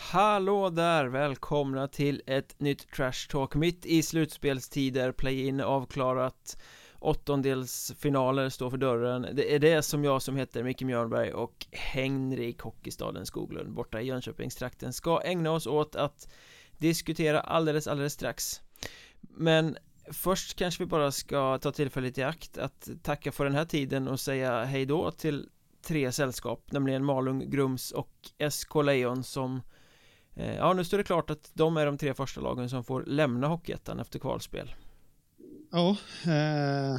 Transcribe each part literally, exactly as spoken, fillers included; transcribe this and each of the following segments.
Hallå där, välkomna till ett nytt Trash Talk mitt i slutspelstider, play-in avklarat, åttondelsfinaler står för dörren. Det är det som jag som heter Micke Mjörnberg och Henrik Hockeystaden Skoglund borta i Jönköpingstrakten ska ägna oss åt att diskutera alldeles, alldeles strax. Men först kanske vi bara ska ta tillfället i akt att tacka för den här tiden och säga hej då till tre sällskap, nämligen Malung, Grums och S K Lejon som ja, nu står det klart att de är de tre första lagen som får lämna Hockeyettan efter kvalspel. Ja, eh,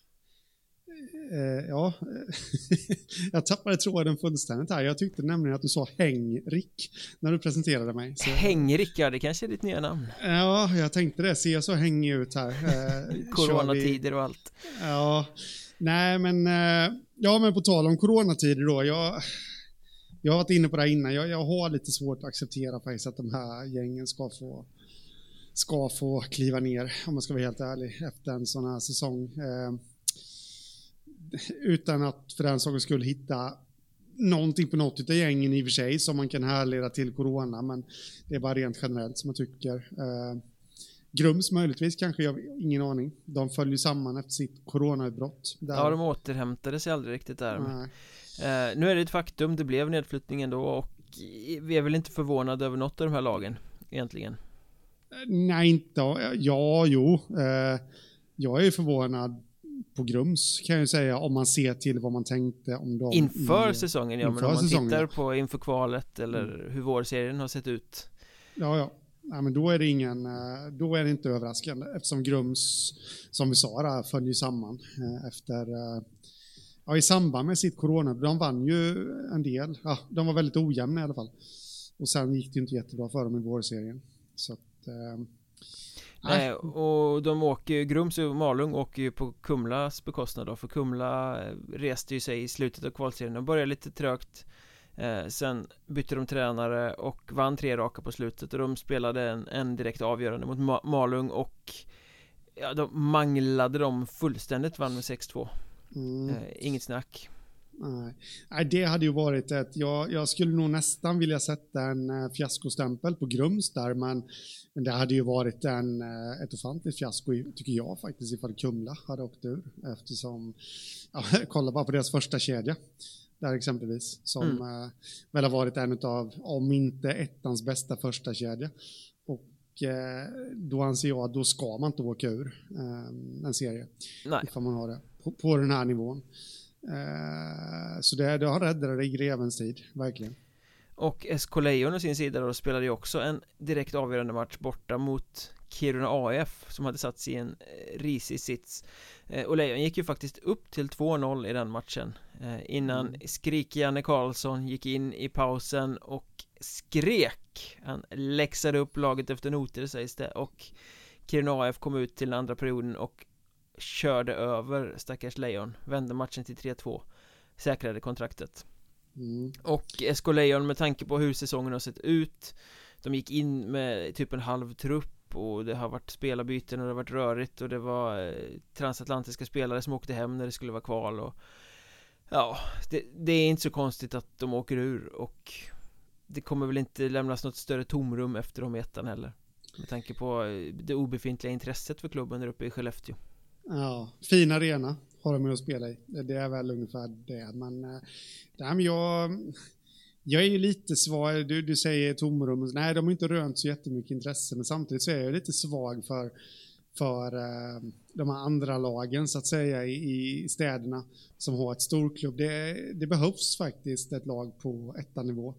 eh, ja. Jag tappade tråden fullständigt här. Jag tyckte nämligen att du sa Henrik när du presenterade mig. Så... Henrik, ja, det kanske är ditt nya namn. Ja, jag tänkte det. Ser jag så hängig ut här. Eh, Coronatider och allt. Ja, nej men eh, ja, men på tal om coronatider då. Jag... Jag har varit inne på det här innan. Jag, jag har lite svårt att acceptera faktiskt att de här gängen ska få, ska få kliva ner, om man ska vara helt ärlig, efter en sån här säsong. Eh, utan att för den saken skulle hitta någonting på något av gängen i och för sig som man kan härleda till corona, men det är bara rent generellt som jag tycker. Eh, Grums möjligtvis kanske, jag har ingen aning. De följer samman efter sitt coronautbrott. Där... Ja, de återhämtade sig aldrig riktigt där. Nej. Uh, nu är det ett faktum, det blev nedflyttning ändå och vi är väl inte förvånade över något av de här lagen egentligen. Nej, inte. Ja, jo. Uh, jag är förvånad på Grums kan jag ju säga, om man ser till vad man tänkte om dem. Inför i, säsongen, ja, inför men om man säsongen. tittar på inför kvalet eller mm. hur vår serien har sett ut. Ja, ja. Nej, men då är det ingen, då är det inte överraskande eftersom Grums, som vi sa där, följer samman efter... Ja, i samband med sitt corona, de vann ju en del. Ja, de var väldigt ojämna i alla fall. Och sen gick det inte jättebra för dem i vårserien. Så att... Eh, Nej, och de åker ju, Grums och Malung åker ju på Kumlas bekostnad då. För Kumla reste ju sig i slutet av kvalserien och började lite trögt. Eh, sen bytte de tränare och vann tre raka på slutet. Och de spelade en, en direkt avgörande mot Ma- Malung och ja, de manglade dem fullständigt, vann med sex två. Mm. Eh, inget snack. Nej, det hade ju varit ett, jag, jag skulle nog nästan vilja sätta en uh, fiaskostämpel på Grums där, men, men det hade ju varit en, uh, ett ofantligt fiasko tycker jag faktiskt ifall Kumla hade åkt ur, eftersom, ja, kolla bara på deras första kedja där exempelvis, som mm. uh, väl har varit en av, om inte ettans bästa första kedja. Och uh, då anser jag att då ska man inte åka ur uh, en serie. Nej. Ifall man har det på, på den här nivån. Uh, så det, det har räddat det i grevens tid, verkligen. Och S K Lejon å sin sida då spelade ju också en direkt avgörande match borta mot Kiruna A F som hade satt sig i en eh, risig sits. Eh, och Lejon gick ju faktiskt upp till två noll i den matchen eh, innan mm. skrik Janne Karlsson gick in i pausen och skrek. Han läxade upp laget efter noter, sägs det, och Kiruna A F kom ut till den andra perioden och körde över stackars Lejon, vände matchen till tre två, säkrade kontraktet. Mm. Och S K Lejon, med tanke på hur säsongen har sett ut, de gick in med typ en halv trupp och det har varit spelarbyten och det har varit rörigt och det var eh, transatlantiska spelare som åkte hem när det skulle vara kval och ja, det, det är inte så konstigt att de åker ur och det kommer väl inte lämnas något större tomrum efter dem i ettan heller, med tanke på det obefintliga intresset för klubben där uppe i Skellefteå. Ja, fin arena har de med att spela i. Det är väl ungefär det. Men, äh, men jag, jag är ju lite svag. Du, du säger tomrum. Nej, de har inte rönt så jättemycket intresse. Men samtidigt så är jag lite svag för, för äh, de här andra lagen så att säga i, i städerna som har ett storklubb. Det, det behövs faktiskt ett lag på ettanivå.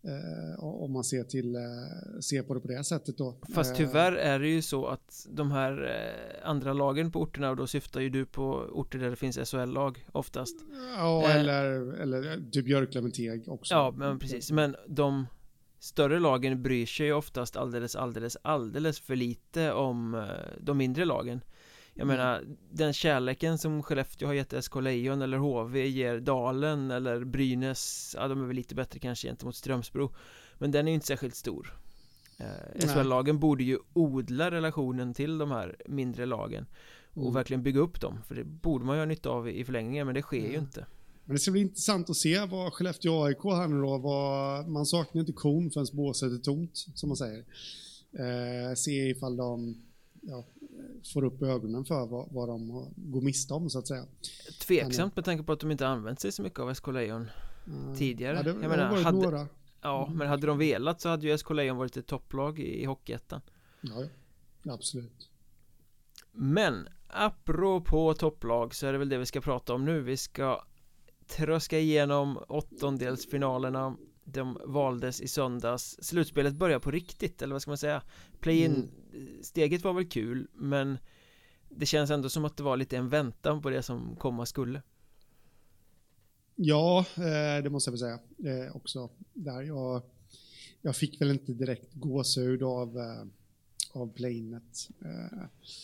Uh, om man ser, till, uh, ser på det på det sättet då. Fast tyvärr är det ju så att de här uh, andra lagen på orterna, och då syftar ju du på orter där det finns S H L-lag oftast. Ja, uh, eller, eller typ Björklöven-Teg också. Ja, men precis. Men de större lagen bryr sig oftast alldeles, alldeles, alldeles för lite om uh, de mindre lagen. Jag mm. menar, den kärleken som Skellefteå har gett S K Lejon eller H V ger Dalen eller Brynäs, ja, de är väl lite bättre kanske gentemot Strömsbro, men den är ju inte särskilt stor. eh, S H L-lagen borde ju odla relationen till de här mindre lagen och mm. verkligen bygga upp dem, för det borde man ju ha nytta av i förlängningen, men det sker mm. ju inte. Men det ska bli intressant att se vad Skellefteå A I K här nu då, vad, man saknar inte kon förrän båset är tomt, som man säger. Eh, se ifall de ja, får upp ögonen för vad, vad de går miste om, så att säga. Tveksamt med tanke på att de inte använt sig så mycket av S K Lejon uh, tidigare. Ja, det, jag det menar, hade, några. Ja, mm. men hade de velat så hade ju S K Lejon varit ett topplag i, i Hockeyettan. Ja, ja, absolut. Men apropå topplag så är det väl det vi ska prata om nu. Vi ska tröska igenom åttondelsfinalerna. De valdes i söndags. Slutspelet börjar på riktigt, eller vad ska man säga? Play-in steget var väl kul, men det känns ändå som att det var lite en väntan på det som komma skulle. Ja, det måste jag väl säga eh, också. Där jag, jag fick väl inte direkt gåshud av, av play-inet. Eh,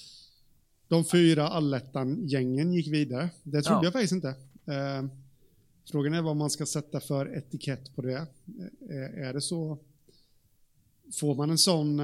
de fyra allettan-gängen gick vidare. Det trodde ja. jag faktiskt inte. Eh, Frågan är vad man ska sätta för etikett på det. Är det så? Får man en sån,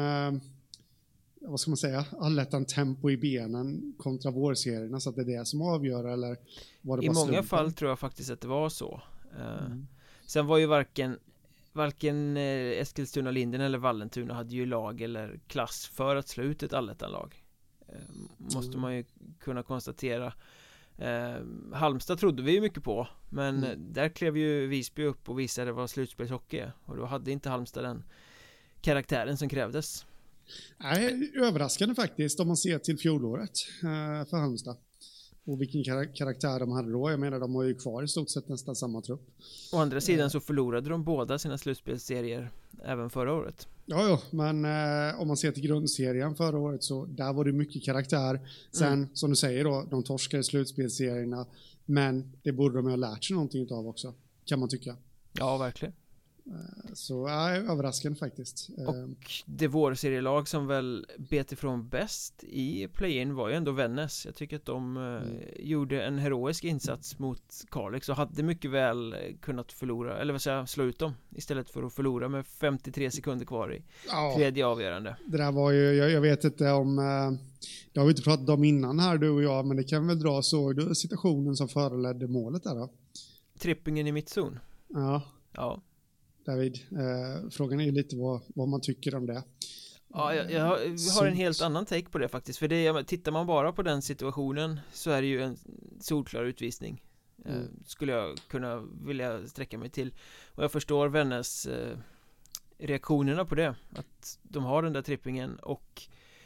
vad ska man säga, allettan tempo i benen kontra vårserierna, så att det är det som avgör, eller var det i bara många slumpen? fall tror jag faktiskt att det var så. Mm. Sen var ju varken varken Eskilstuna Linden eller Vallentuna hade ju lag eller klass för att slå ut ett allettanlag. Måste man ju kunna konstatera. Eh, Halmstad trodde vi ju mycket på, men mm. där klev ju Visby upp och visade vad slutspelshockey är, och då hade inte Halmstad den karaktären som krävdes. Nej, överraskande faktiskt om man ser till fjolåret eh, för Halmstad och vilken kar- karaktär de hade då. Jag menar, de har ju kvar i stort sett nästan samma trupp. Å andra sidan eh. så förlorade de båda sina slutspelsserier även förra året. Ja, ja, men eh, om man ser till grundserien förra året, så där var det mycket karaktär. Sen, mm. som du säger då, de torskade slutspelsserierna, men det borde de ha lärt sig någonting av också, kan man tycka. Ja, verkligen. Eh, så är äh, överraskande faktiskt. Och det vårserielalag som väl bet ifrån bäst i play-in var ju ändå Vännäs. Jag tycker att de eh, mm. gjorde en heroisk insats mot Kalix och hade mycket väl kunnat förlora, eller vad säger jag, slå ut dem istället för att förlora med femtiotre sekunder kvar i ja, tredje avgörande. Det där var ju, jag, jag vet inte om eh, det har vi inte pratat om innan här, du och jag, men det kan väl dra så du, situationen som föreledde målet där då? Trippingen i mittzon. Ja. Ja. David, eh, frågan är ju lite vad, vad man tycker om det. Ja, jag, jag, har, jag har en helt annan take på det faktiskt. För det, tittar man bara på den situationen så är det ju en solklar utvisning. Mm. eh, Skulle jag kunna vilja sträcka mig till. Och jag förstår Vännäs eh, reaktionerna på det, att de har den där trippingen och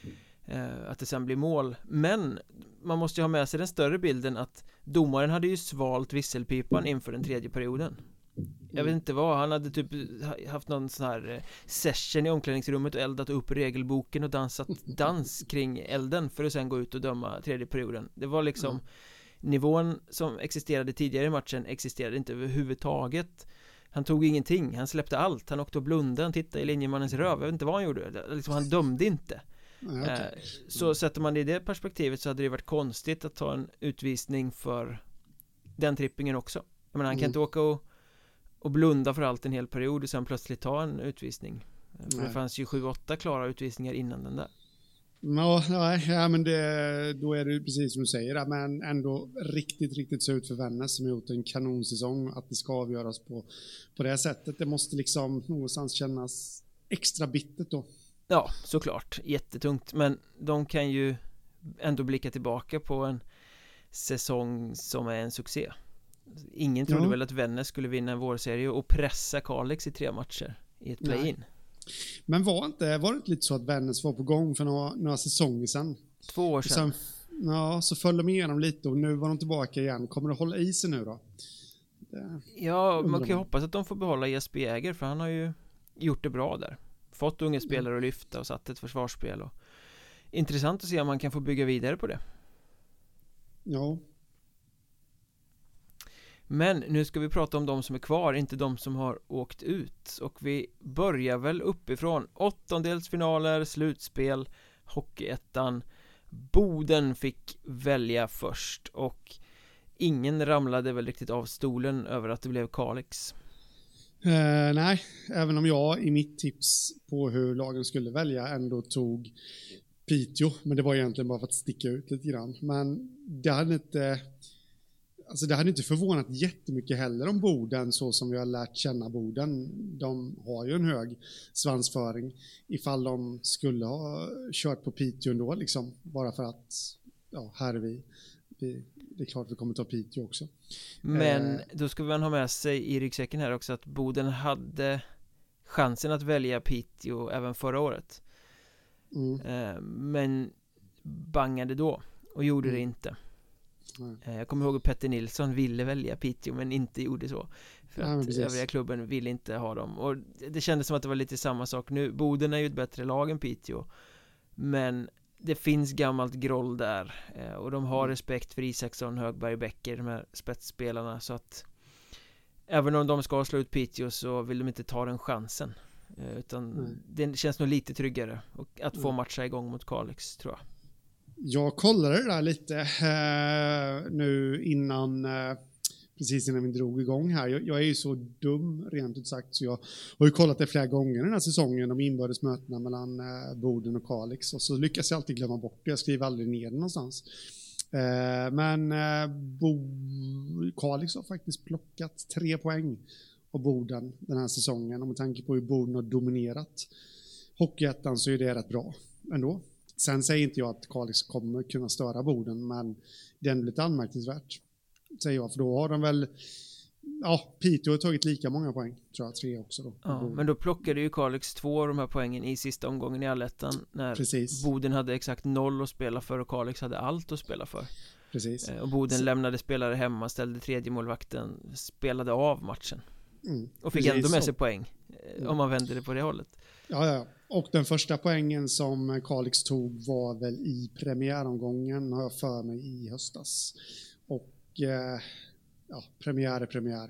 eh, att det sen blir mål. Men man måste ju ha med sig den större bilden att domaren hade ju svalt visselpipan inför den tredje perioden. Jag vet inte vad, han hade typ haft någon sån här session i omklädningsrummet och eldat upp regelboken och dansat dans kring elden för att sen gå ut och döma tredje perioden. Det var liksom mm. nivån som existerade tidigare i matchen existerade inte överhuvudtaget. Han tog ingenting, han släppte allt, han åkte och blundade, han tittade i linjemannens röv, jag vet inte vad han gjorde, liksom, han dömde inte. Mm, okay. eh, så sätter man det i det perspektivet så hade det varit konstigt att ta en utvisning för den trippingen också. Jag menar, han kan mm. inte åka och och blunda för allt en hel period och sen plötsligt ta en utvisning. För det fanns ju sju åtta klara utvisningar innan den där. Ja, nej, ja, men det, då är det precis som du säger, men ändå riktigt, riktigt surt för Vännäs som har gjort en kanonsäsong, att det ska avgöras på, på det sättet. Det måste liksom någonstans kännas extra bittert då. Ja, såklart. Jättetungt. Men de kan ju ändå blicka tillbaka på en säsong som är en succé. Ingen trodde ja. väl att Vännäs skulle vinna en vårserie och pressa Kalix i tre matcher i ett play-in. Nej. Men var inte, var det inte lite så att Vännäs var på gång för några, några säsonger sedan? Två år sedan. Sen, ja, så följde de igenom lite och nu var de tillbaka igen. Kommer det hålla i sig nu då? Det, ja, man kan ju hoppas att de får behålla Jesper Jäger, för han har ju gjort det bra där. Fått unga spelare att lyfta och satt ett försvarsspel. Och intressant att se om man kan få bygga vidare på det. Ja. Men nu ska vi prata om de som är kvar, inte de som har åkt ut. Och vi börjar väl uppifrån. Åttondelsfinaler, slutspel, Hockeyettan. Boden fick välja först och ingen ramlade väl riktigt av stolen över att det blev Kalix. Uh, nej, även om jag i mitt tips på hur lagen skulle välja ändå tog Piteå, men det var egentligen bara för att sticka ut lite grann. Men det hade inte... alltså det hade inte förvånat jättemycket heller om Boden, så som vi har lärt känna Boden. De har ju en hög svansföring. Ifall de skulle ha kört på Piteå ändå, liksom, bara för att, ja, här är vi. vi det är klart vi kommer ta Piteå också. Men eh. då ska man ha med sig i ryggsäcken här också att Boden hade chansen att välja Piteå även förra året. Mm. eh, Men bangade då och gjorde Mm. det inte. Nej. Jag kommer ihåg att Petter Nilsson ville välja Piteå men inte gjorde så. För Nej, att övriga klubben ville inte ha dem. Och det kändes som att det var lite samma sak nu. Boden är ju ett bättre lag än Piteå. Men det finns gammalt groll där. Och de har respekt för Isaksson, Högberg, Bäcker, de här spetsspelarna. Så att även om de ska slå ut Piteå så vill de inte ta den chansen. Utan mm. det känns nog lite tryggare och att få matcha igång mot Kalix, tror jag. Jag kollade det där lite eh, nu innan, eh, precis innan vi drog igång här. Jag, jag är ju så dum, rent ut sagt, så jag har ju kollat det flera gånger den här säsongen, de inbördes mötena mellan eh, Boden och Kalix, och så lyckas jag alltid glömma bort det. Jag skriver aldrig ner det någonstans. Eh, men eh, Bo- Kalix har faktiskt plockat tre poäng av Boden den här säsongen. Och med tanke på hur Boden har dominerat Hockeyettan så är det rätt bra ändå. Sen säger inte jag att Kalix kommer kunna störa Boden, men det är lite anmärkningsvärt, säger jag, för då har de väl, ja, Piteå har tagit lika många poäng, tror jag, tre också då. Ja, men då plockade ju Kalix två av de här poängen i sista omgången i Allettan, när Precis. Boden hade exakt noll att spela för och Kalix hade allt att spela för. Precis. Och Boden Så... lämnade spelare hemma, ställde tredje målvakten, spelade av matchen. Mm. Och fick Precis. ändå med Så... sig poäng, mm. om man vänder det på det hållet. Ja, ja. Och den första poängen som Kalix tog var väl i premiäromgången, har jag för mig, i höstas. Och eh, ja, premiär är premiär.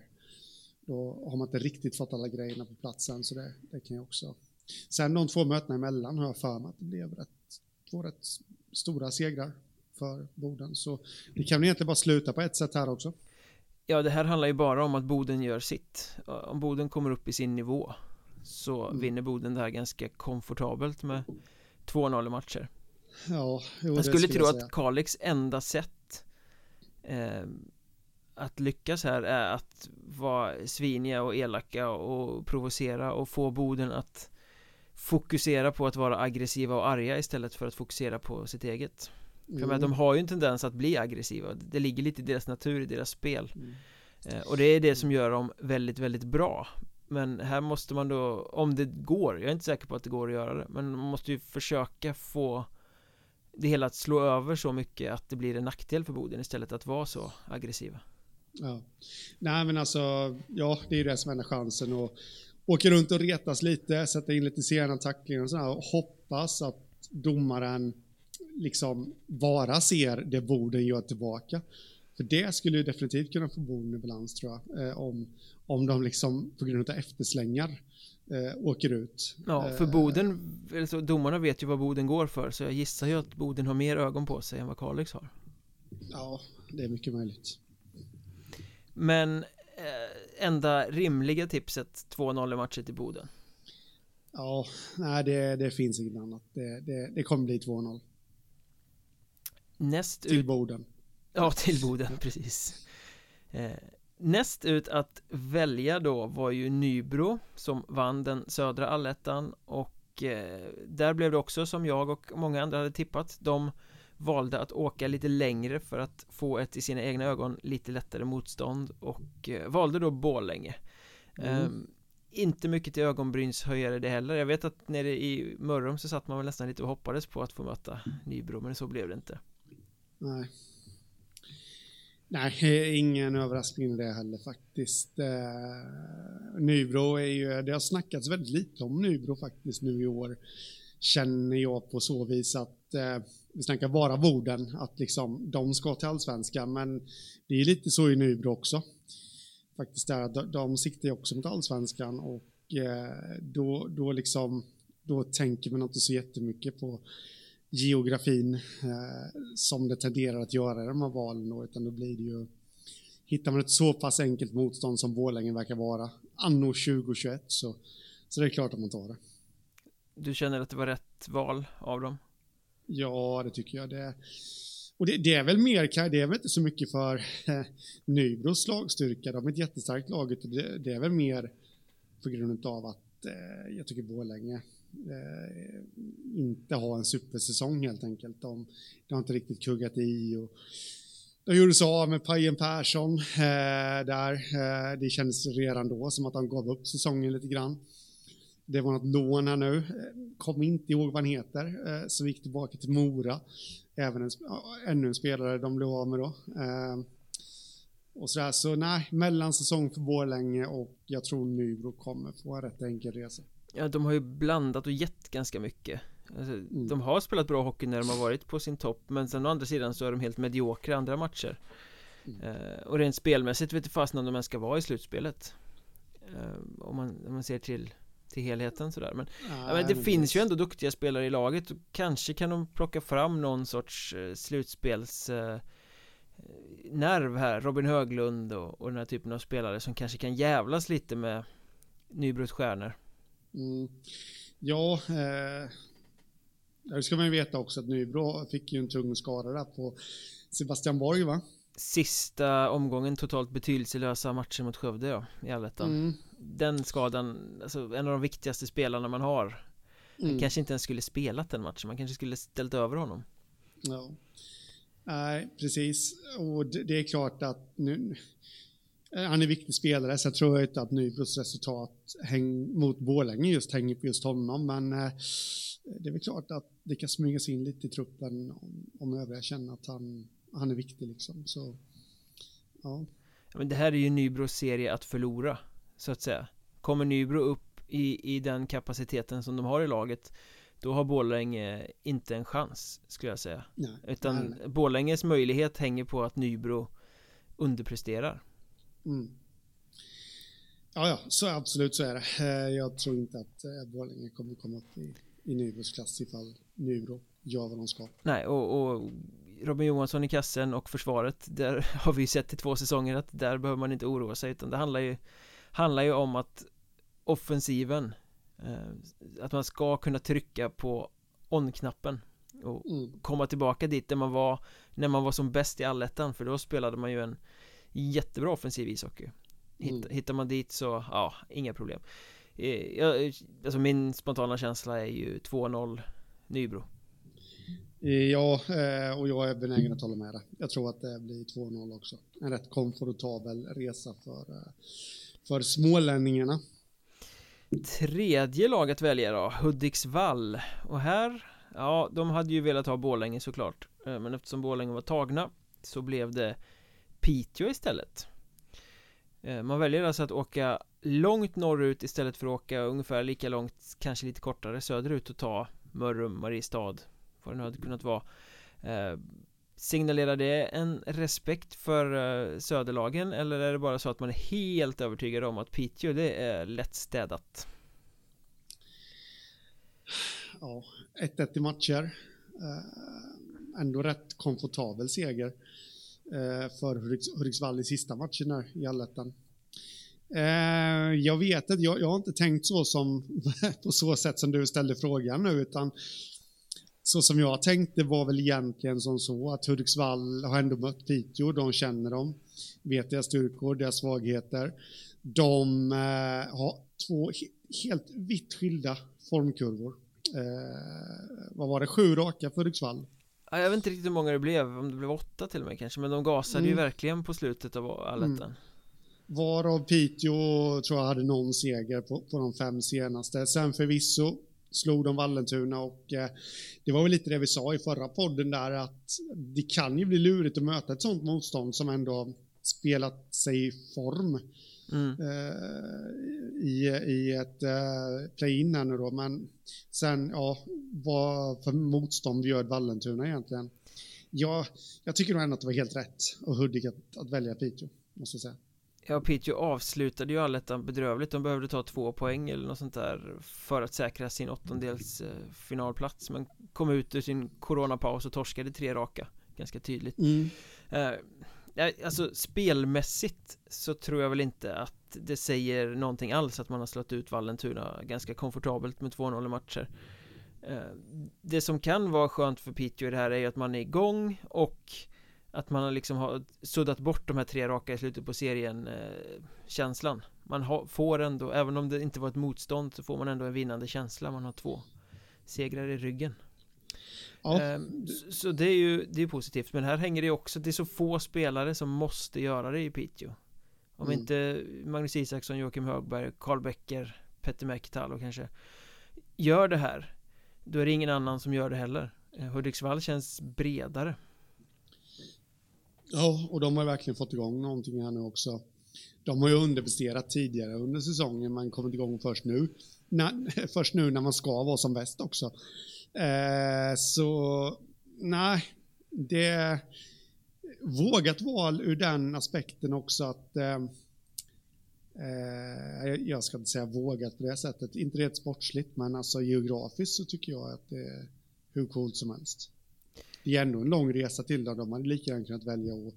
Då har man inte riktigt fått alla grejerna på platsen, så det, det kan jag också. Sen de två mötena emellan har jag för mig att det blev rätt, två rätt stora segrar för Boden. Så det kan egentligen bara sluta på ett sätt här också. Ja, det här handlar ju bara om att Boden gör sitt. Om Boden kommer upp i sin nivå så mm. vinner Boden det här ganska komfortabelt med två noll matcher. Ja, jo, jag skulle, skulle tro jag att Kalix enda sätt eh, att lyckas här är att vara sviniga och elaka och provocera och få Boden att fokusera på att vara aggressiva och arga istället för att fokusera på sitt eget. Mm. För men, de har ju en tendens att bli aggressiva. Det ligger lite i deras natur, i deras spel. Mm. eh, Och det är det som gör dem väldigt, väldigt bra. Men här måste man då, om det går, jag är inte säker på att det går att göra det, men man måste ju försöka få det hela att slå över så mycket att det blir en nackdel för Boden istället att vara så aggressiva. Ja, nej men alltså, ja, det är ju det som är chansen, och åka runt och retas lite, sätta in lite sena tacklingar och sådär, och hoppas att domaren liksom bara ser det Boden gör tillbaka. För det skulle ju definitivt kunna få Boden i balans, tror jag, eh, om, om de liksom på grund av efterslängar eh, åker ut. Ja, för Boden, alltså, domarna vet ju vad Boden går för, så jag gissar ju att Boden har mer ögon på sig än vad Kalix har. Ja, det är mycket möjligt. Men eh, enda rimliga tipset två noll i matchen till Boden. Ja, nej, det, det finns inget annat. Det, det, det kommer bli två noll. Näst till ut... Boden. Ja, till Boden, precis. Eh, näst ut att välja då var ju Nybro som vann den södra allettan, och eh, där blev det också som jag och många andra hade tippat. De valde att åka lite längre för att få ett i sina egna ögon lite lättare motstånd, och eh, valde då Borlänge. Mm. Eh, inte mycket till ögonbrynshöjare det heller. Jag vet att nere i Mörrum så satt man väl nästan lite och hoppades på att få möta Nybro, men så blev det inte. Nej. Nej, ingen överraskning i det heller faktiskt. Eh, Nybro är ju, det har snackats väldigt lite om Nybro faktiskt nu i år, känner jag, på så vis att eh, vi snackar bara Boden, att liksom de ska till allsvenskan, men det är lite så i Nybro också. Faktiskt där, de, de siktar ju också mot allsvenskan, och eh, då, då liksom, då tänker man inte så jättemycket på geografin eh, som det tenderar att göra i de här valen då, utan då blir det ju, hittar man ett så pass enkelt motstånd som Borlänge verkar vara anno tjugo tjugoett, så, så det är klart att man tar det. Du känner att det var rätt val av dem? Ja, det tycker jag. Det, Och det, det är väl mer, det är väl inte så mycket för eh, Nybros slagstyrka. De är ett jättestarkt lag. Det, det är väl mer på grund av att eh, jag tycker Borlänge eh, inte har en supersäsong helt enkelt. De, de har inte riktigt kuggat i och de gjorde så av med Pajen Persson eh, där. Eh, det kändes redan då som att han gav upp säsongen lite grann. Det var något lån här nu. Kom inte ihåg vad han heter. Eh, så gick tillbaka till Mora. Även en, ännu en spelare de blev av med då. Eh, och sådär. Så nej, mellansäsong för Borlänge och jag tror Nybro kommer få en rätt enkel resa. Ja, de har ju blandat och gett ganska mycket. Alltså, mm. De har spelat bra hockey när de har varit på sin topp, men sen å andra sidan så är de helt mediokra andra matcher. Mm. Eh, och rent spelmässigt vet du fast om de ens ska vara i slutspelet. Eh, om, man, om man ser till, till helheten sådär. Men, ah, ja, men det finns det. ju ändå duktiga spelare i laget och kanske kan de plocka fram någon sorts eh, slutspels eh, nerv här. Robin Höglund och, och den här typen av spelare som kanske kan jävlas lite med Nybros stjärnor. Mm. Ja, eh, det ska man ju veta också att Nybro fick ju en tung skada där på Sebastian Borg, va? Sista omgången totalt betydelselösa matchen mot Skövde, ja, i Allettan. Mm. Den skadan, alltså en av de viktigaste spelarna man har. Mm. Han kanske inte ens skulle spelat den matchen, man kanske skulle ställt över honom. Ja, nej, precis. Och det, det är klart att nu, han är viktig spelare, så jag tror inte att Nybros resultat häng, mot Borlänge just hänger på just honom, men eh, det är väl klart att det kan smygas in lite i truppen om, om övriga känner att han, han är viktig liksom, så ja. Men det här är ju Nybros serie att förlora, så att säga. Kommer Nybro upp i, i den kapaciteten som de har i laget, då har Borlänge inte en chans, skulle jag säga. Nej, utan nej, nej. Borlänges möjlighet hänger på att Nybro underpresterar. Mm. Ja, ja, så absolut så är det. Jag tror inte att Borlänge kommer komma upp i, i Nybros klass ifall Nybro gör vad de ska. Nej, och, och Robin Johansson i kassen och försvaret, där har vi ju sett i två säsonger att där behöver man inte oroa sig, utan det handlar ju, handlar ju om att offensiven, eh, att man ska kunna trycka på on-knappen och mm. komma tillbaka dit där man var när man var som bäst i Allettan, för då spelade man ju en jättebra offensiv ishockey. Hitt, mm. Hittar man dit så, ja, inga problem. Jag, alltså min spontana känsla är ju två noll Nybro. Ja, och jag är benägen att hålla med det. Jag tror att det blir två noll också. En rätt komfortabel resa för, för smålänningarna. Tredje lag att välja då, Hudiksvall. Och här, ja, de hade ju velat ha Borlänge såklart. Men eftersom Borlänge var tagna så blev det Piteå istället. Man väljer alltså att åka långt norrut istället för att åka ungefär lika långt, kanske lite kortare söderut och ta Mörrum, Mariestad, vad det nu hade kunnat vara. Eh, signalerar det en respekt för eh, söderlagen, eller är det bara så att man är helt övertygad om att Piteå, det är lätt städat? Ja, ett ett i matcher. Eh, ändå rätt komfortabel seger för Hudiksvall i sista matchen här i Allettan. Eh, jag vet att jag, jag har inte tänkt så som på så sätt som du ställde frågan nu, utan så som jag tänkte var väl egentligen som så att Hudiksvall har ändå mött Piteå, de känner dem, vet deras styrkor, deras svagheter. De eh, har två he- helt vitt skilda formkurvor. Eh, vad var det? Sju raka för Hudiksvall. Jag vet inte riktigt hur många det blev, om det blev åtta till och med kanske, men de gasade mm. ju verkligen på slutet av Allettan. Mm. Varav Piteå tror jag hade någon seger på, på de fem senaste. Sen förvisso slog de Vallentuna och eh, det var väl lite det vi sa i förra podden där, att det kan ju bli lurigt att möta ett sånt motstånd som ändå spelat sig i form mm. eh, i, i ett eh, play-in här nu då. Men sen, ja, vad för motstånd bjöd Vallentuna egentligen? Ja, jag tycker nog ändå att det var helt rätt och Hudik att, att välja Piteå, måste jag säga. Ja, Piteå avslutade ju Allettan bedrövligt. De behövde ta två poäng eller något sånt där för att säkra sin åttondels eh, finalplats, men kom ut ur sin coronapaus och torskade tre raka, ganska tydligt. Mm. Eh, alltså spelmässigt så tror jag väl inte att det säger någonting alls att man har slått ut Vallentuna ganska komfortabelt med två noll matcher. Det som kan vara skönt för Piteå i det här är ju att man är igång och att man liksom har suddat bort de här tre raka i slutet på serien eh, känslan. Man har, får ändå, även om det inte var ett motstånd, så får man ändå en vinnande känsla. Man har två segrar i ryggen. Ja. Eh, så, så det är ju det är positivt. Men här hänger det också, det är så få spelare som måste göra det i Piteå. Om mm. inte Magnus Isaksson, Joakim Högberg, Karl Becker, Petter Mäkitalo kanske gör det här, då är det ingen annan som gör det heller. eh, Hudiksvall känns bredare. Ja, och de har verkligen fått igång någonting här nu också. De har ju underpresterat tidigare under säsongen, men kommit igång först nu. När, först nu när man ska vara som bäst också. Eh, så nej, det är vågat val ur den aspekten också att eh, eh, jag ska inte säga vågat på det sättet, inte rent sportsligt, men alltså geografiskt så tycker jag att det är hur coolt som helst. Det är ändå en lång resa till dem. De hade lika gärna kunnat välja och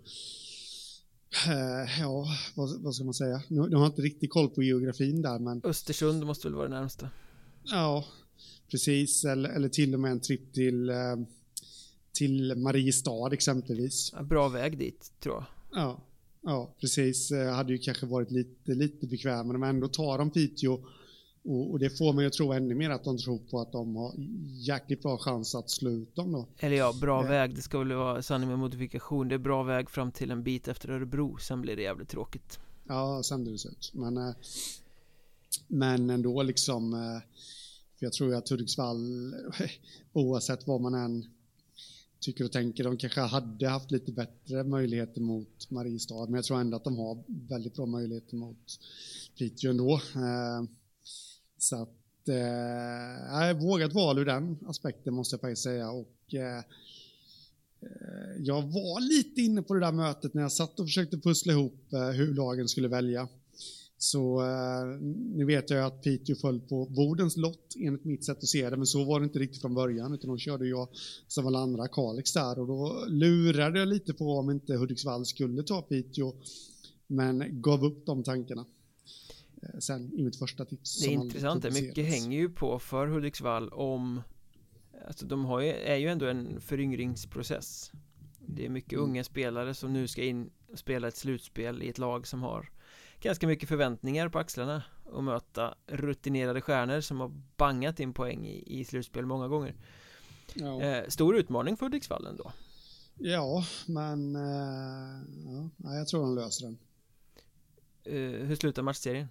uh, ja, vad, vad ska man säga? Nu, de har inte riktigt koll på geografin där, men Östersund måste väl vara det närmsta. Ja, precis. Eller, eller till och med en tripp till uh, till Mariestad exempelvis. Ja, bra väg dit, tror jag. Ja, ja precis. Uh, hade ju kanske varit lite, lite bekvämare, men ändå tar de Piteå. Och, och det får man ju tro ännu mer att de tror på att de har jäkligt bra chans att sluta dem då. Eller ja, bra eh. väg. Det ska väl vara sanning med modifikation. Det är bra väg fram till en bit efter Örebro. Sen blir det jävligt tråkigt. Ja, sen blir det så ut. Men, eh, men ändå liksom, eh, för jag tror att Hudiksvall, oavsett vad man än tycker och tänker, de kanske hade haft lite bättre möjligheter mot Mariestad. Men jag tror ändå att de har väldigt bra möjligheter mot Piteå ändå. Eh, Så att eh, jag vågat val ur den aspekten, måste jag faktiskt säga. Och eh, jag var lite inne på det där mötet när jag satt och försökte pussla ihop eh, hur lagen skulle välja. Så eh, nu vet jag att Piteå föll på Bodens lott enligt mitt sätt att se det, men så var det inte riktigt från början, utan då körde jag som alla andra Kalix där, och då lurade jag lite på om inte Hudiksvall skulle ta Piteå, men gav upp de tankarna. Sen i mitt första tips. Det är intressant, det mycket hänger ju på för Hudiksvall om, alltså de har ju, är ju ändå en föryngringsprocess. Det är mycket mm. unga spelare som nu ska in och spela ett slutspel i ett lag som har ganska mycket förväntningar på axlarna och möta rutinerade stjärnor som har bangat in poäng i, i slutspel många gånger. Ja. Eh, stor utmaning för Hudiksvall ändå. Ja, men eh, ja, jag tror de löser den. Eh, hur slutar matchserien?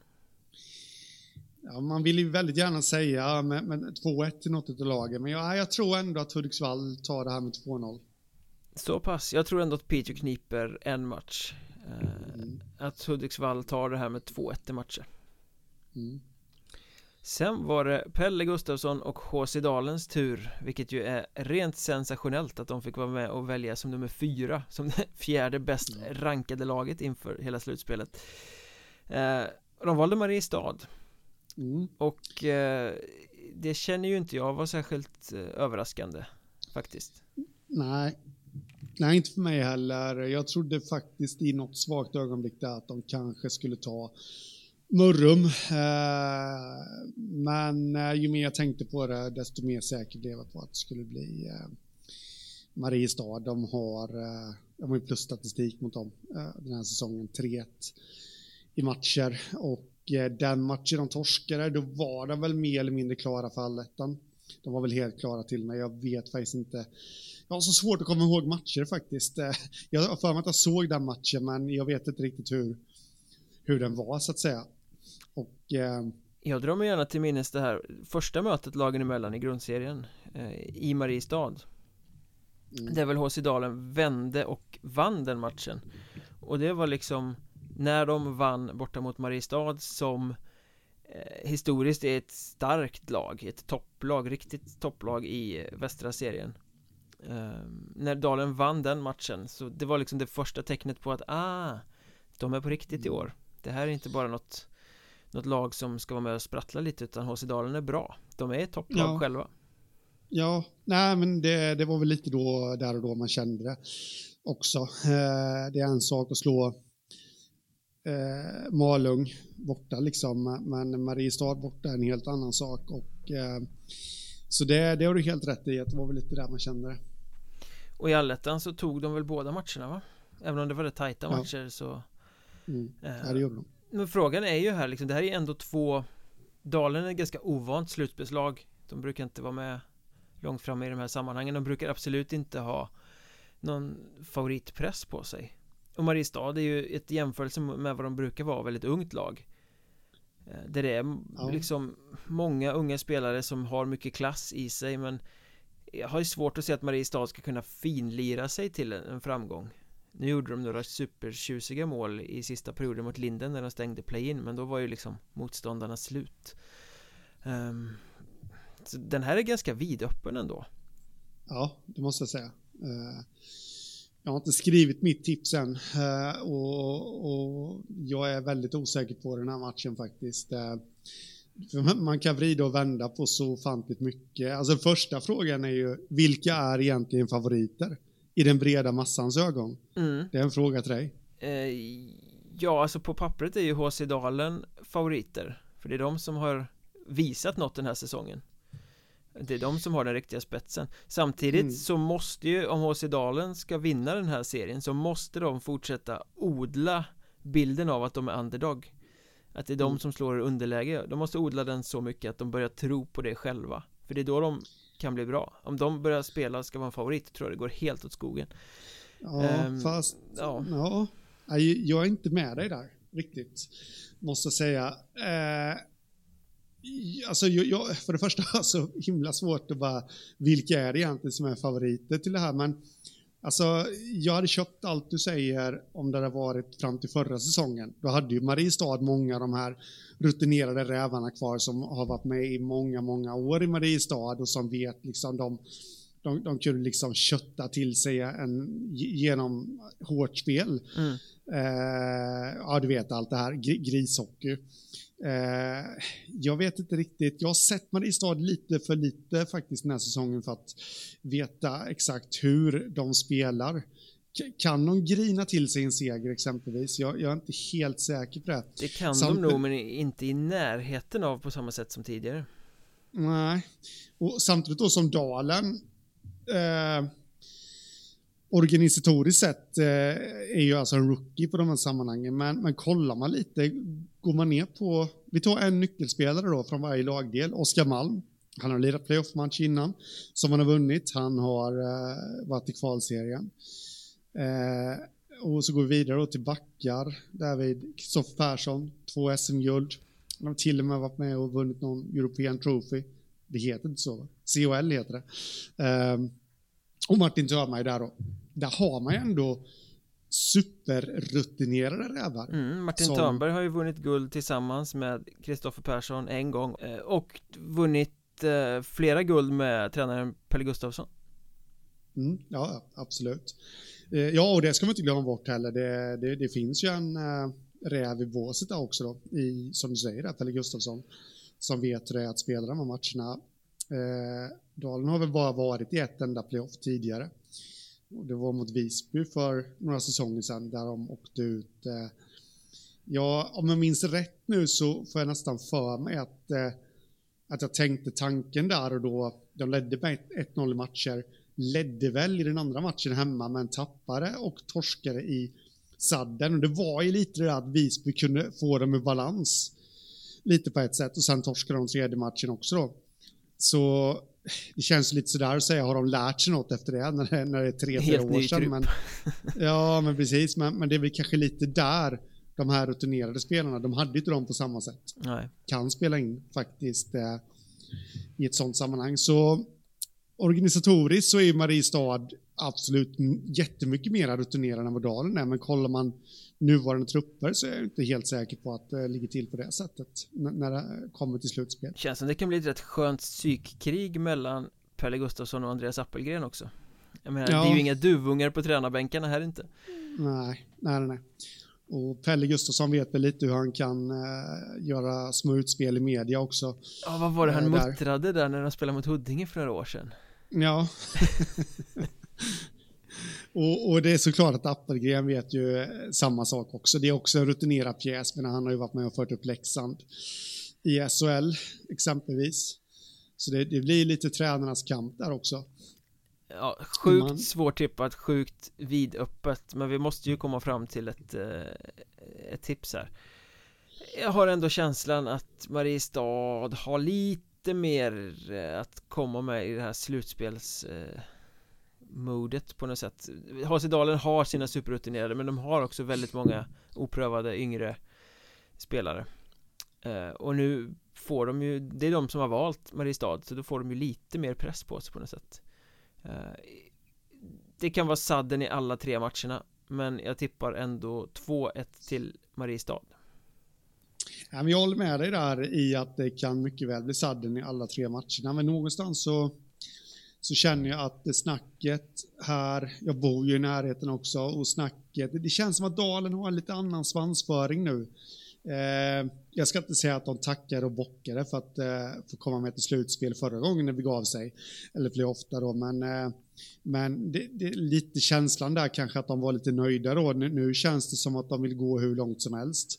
Ja, man vill ju väldigt gärna säga med, med två ett till något av lagen, men jag, jag tror ändå att Hudiksvall tar det här med två noll. Så pass, jag tror ändå att Piteå kniper en match. mm. Att Hudiksvall tar det här med två ett i matcher. mm. Sen var det Pelle Gustafsson och H C Dalens tur, vilket ju är rent sensationellt att de fick vara med och välja som nummer fyra, som det fjärde bäst rankade laget inför hela slutspelet. eh, De valde Mariestad. Mm. Och eh, det känner ju inte jag var särskilt eh, överraskande faktiskt. Nej, nej, inte för mig heller. Jag trodde faktiskt i något svagt ögonblick där att de kanske skulle ta Mörrum. Eh, men eh, ju mer jag tänkte på det, desto mer säker blev jag på att det skulle bli eh, Mariestad. De har, eh, de har ju plusstatistik mot dem eh, den här säsongen, tre ett i matcher, och den matchen de torskade, då var de väl mer eller mindre klara för allettan. De var väl helt klara till mig. Jag vet faktiskt inte. Jag har så svårt att komma ihåg matcher faktiskt. Jag har för mig att jag såg den matchen, men jag vet inte riktigt hur, hur den var så att säga. Och eh... jag drar mig gärna till minnes det här första mötet lagen emellan i grundserien eh, i Mariestad. Mm. Det är väl H C Dalen vände och vann den matchen. Och det var liksom när de vann borta mot Mariestad, som eh, historiskt är ett starkt lag, ett topplag, riktigt topplag i västra serien. Eh, när Dalen vann den matchen, så det var liksom det första tecknet på att ah, de är på riktigt i år. Det här är inte bara något, något lag som ska vara med och sprattla lite, utan H C Dalen är bra. De är ett topplag ja. själva. Ja, nej men det, det var väl lite då, där och då man kände det också. Eh, det är en sak att slå Eh, Malung borta liksom, men Mariestad borta är en helt annan sak, och eh, Så det, det har du helt rätt i, att det var väl lite där man kände det. Och i Allettan så tog de väl båda matcherna, va? Även om det var det tajta Ja. matcher så Mm. eh, Ja, det gjorde de. Men frågan är ju här liksom, det här är ändå två, Dalen är ett ganska ovant slutspelslag. De brukar inte vara med långt fram i de här sammanhangen. De brukar absolut inte ha någon favoritpress på sig. Och Mariestad är ju ett jämförelse med vad de brukar vara, väldigt ungt lag. Eh, Där det är Ja. liksom många unga spelare som har mycket klass i sig, men jag har ju svårt att se att Mariestad ska kunna finlira sig till en, en framgång. Nu gjorde de några supertjusiga mål i sista perioden mot Linden när de stängde play-in, men då var ju liksom motståndarna slut. um, Så den här är ganska vidöppen ändå. Ja, det måste jag säga. Uh, jag har inte skrivit mitt tips än uh, och, och jag är väldigt osäker på den här matchen faktiskt. Uh, för man kan vrida och vända på så ofantligt mycket. Alltså första frågan är ju, vilka är egentligen favoriter i den breda massans ögon? mm. Det är en fråga till dig. uh, Ja, alltså på pappret är ju H C Dalen favoriter, för det är de som har visat något den här säsongen. Det är de som har den riktiga spetsen. Samtidigt Mm. så måste ju, om H C Dalen ska vinna den här serien, så måste de fortsätta odla bilden av att de är underdog. Att det är de Mm. som slår i underläge. De måste odla den så mycket att de börjar tro på det själva. För det är då de kan bli bra. Om de börjar spela och ska vara en favorit, tror jag det går helt åt skogen. Ja, Ehm, fast ja. ja. Nej, jag är inte med dig där riktigt, måste jag säga. Eh, alltså, jag, jag, för det första är det så himla svårt att bara, vilka är det egentligen som är favoriter till det här, men alltså, jag hade köpt allt du säger om det hade varit fram till förra säsongen. Då hade ju Mariestad många av de här rutinerade rävarna kvar som har varit med i många, många år i Mariestad och som vet liksom de De, de kunde liksom kötta till sig en, genom hårt spel. Mm. Eh, ja, du vet allt det här, gr- grishockey. Eh, jag vet inte riktigt, jag har sett Mariestad lite för lite faktiskt den här säsongen för att veta exakt hur de spelar. K- kan de grina till sig en seger exempelvis? Jag, jag är inte helt säker på det. Det kan Samt- de nog, men inte i närheten av på samma sätt som tidigare. Nej, och samtidigt då som Dalen eh, organisatoriskt sett eh, är ju alltså en rookie på de här sammanhangen, men, men kollar man lite, går man ner på, vi tar en nyckelspelare då från varje lagdel, Oskar Malm. Han har lirat playoff-match innan som han har vunnit, han har eh, varit i kvalserien. Eh, och så går vi vidare då till backar, David Kristoffer Persson, två S M-guld. Han har till och med varit med och vunnit någon European Trophy. Det heter inte så, C H L heter det. Um, och Martin Törnberg där då. Där har man ju ändå superrutinerade rävar. Mm, Martin som... Törnberg har ju vunnit guld tillsammans med Kristoffer Persson en gång eh, och vunnit eh, flera guld med tränaren Pelle Gustafsson. Mm, ja, absolut. Eh, ja, och det ska man inte glömma bort heller. Det, det, det finns ju en eh, räv i båset där också då, i, som du säger, där, Pelle Gustafsson, som vet hur det är att spela de här matcherna. Eh, Dalen har väl bara varit i ett enda playoff tidigare. Och det var mot Visby för några säsonger sedan där de åkte ut. Eh, ja, om jag minns rätt nu så får jag nästan för mig att, eh, att jag tänkte tanken där och då. De ledde med ett noll i matcher. Ledde väl i den andra matchen hemma, men tappade och torskade i sadden. Och det var ju lite det att Visby kunde få dem i balans lite på ett sätt, och sen torskade de tredje matchen också då. Så det känns lite sådär att säga, har de lärt sig något efter det när det, när det är tre, fyra år sedan. Men, ja, men precis, men, men det är väl kanske lite där de här rutinerade spelarna, de hade inte dem på samma sätt. Nej. Kan spela in faktiskt eh, i ett sånt sammanhang. Så organisatoriskt så är Mariestad absolut jättemycket mer rutinerad än vad Dalen är, men kollar man nuvarande trupper så är jag inte helt säker på att det ligger till på det sättet n- när det kommer till slutspel. Känns som det kan bli ett rätt skönt psykkrig mellan Pelle Gustafsson och Andreas Appelgren också. Jag menar, Ja. det är ju inga duvungar på tränarbänkarna här inte. Nej, nej, nej. Och Pelle Gustafsson vet väl lite hur han kan eh, göra små utspel i media också. Ja, vad var det han Eh, där. muttrade där när de spelade mot Huddinge för några år sedan? Ja. och, och det är såklart att Appelgren vet ju samma sak också. Det är också en rutinerad pjäs, men han har ju varit med och fört upp Leksand i S H L exempelvis. Så det, det blir lite tränarnas kamp där också. Ja, sjukt Man... svårt tippat, sjukt vidöppet. Men vi måste ju komma fram till ett, ett tips här. Jag har ändå känslan att Mariestad har lite mer att komma med i det här slutspels modet på något sätt. Hasedalen har sina superrutinerade, men de har också väldigt många oprövade yngre spelare. Och nu får de ju, det är de som har valt Mariestad, så då får de ju lite mer press på sig på något sätt. Det kan vara sadden i alla tre matcherna, men jag tippar ändå två ett till Mariestad. Ja, men jag håller med dig där i att det kan mycket väl bli sadden i alla tre matcherna, men någonstans så så känner jag att det snacket här, jag bor ju i närheten också, och snacket, det känns som att Dalen har en lite annan svansföring nu. Eh, jag ska inte säga att de tackar och bockade för att eh, få komma med till slutspel förra gången när vi gav sig, eller fler ofta då, men, eh, men det, det är lite känslan där kanske att de var lite nöjda då. Nu, nu känns det som att de vill gå hur långt som helst.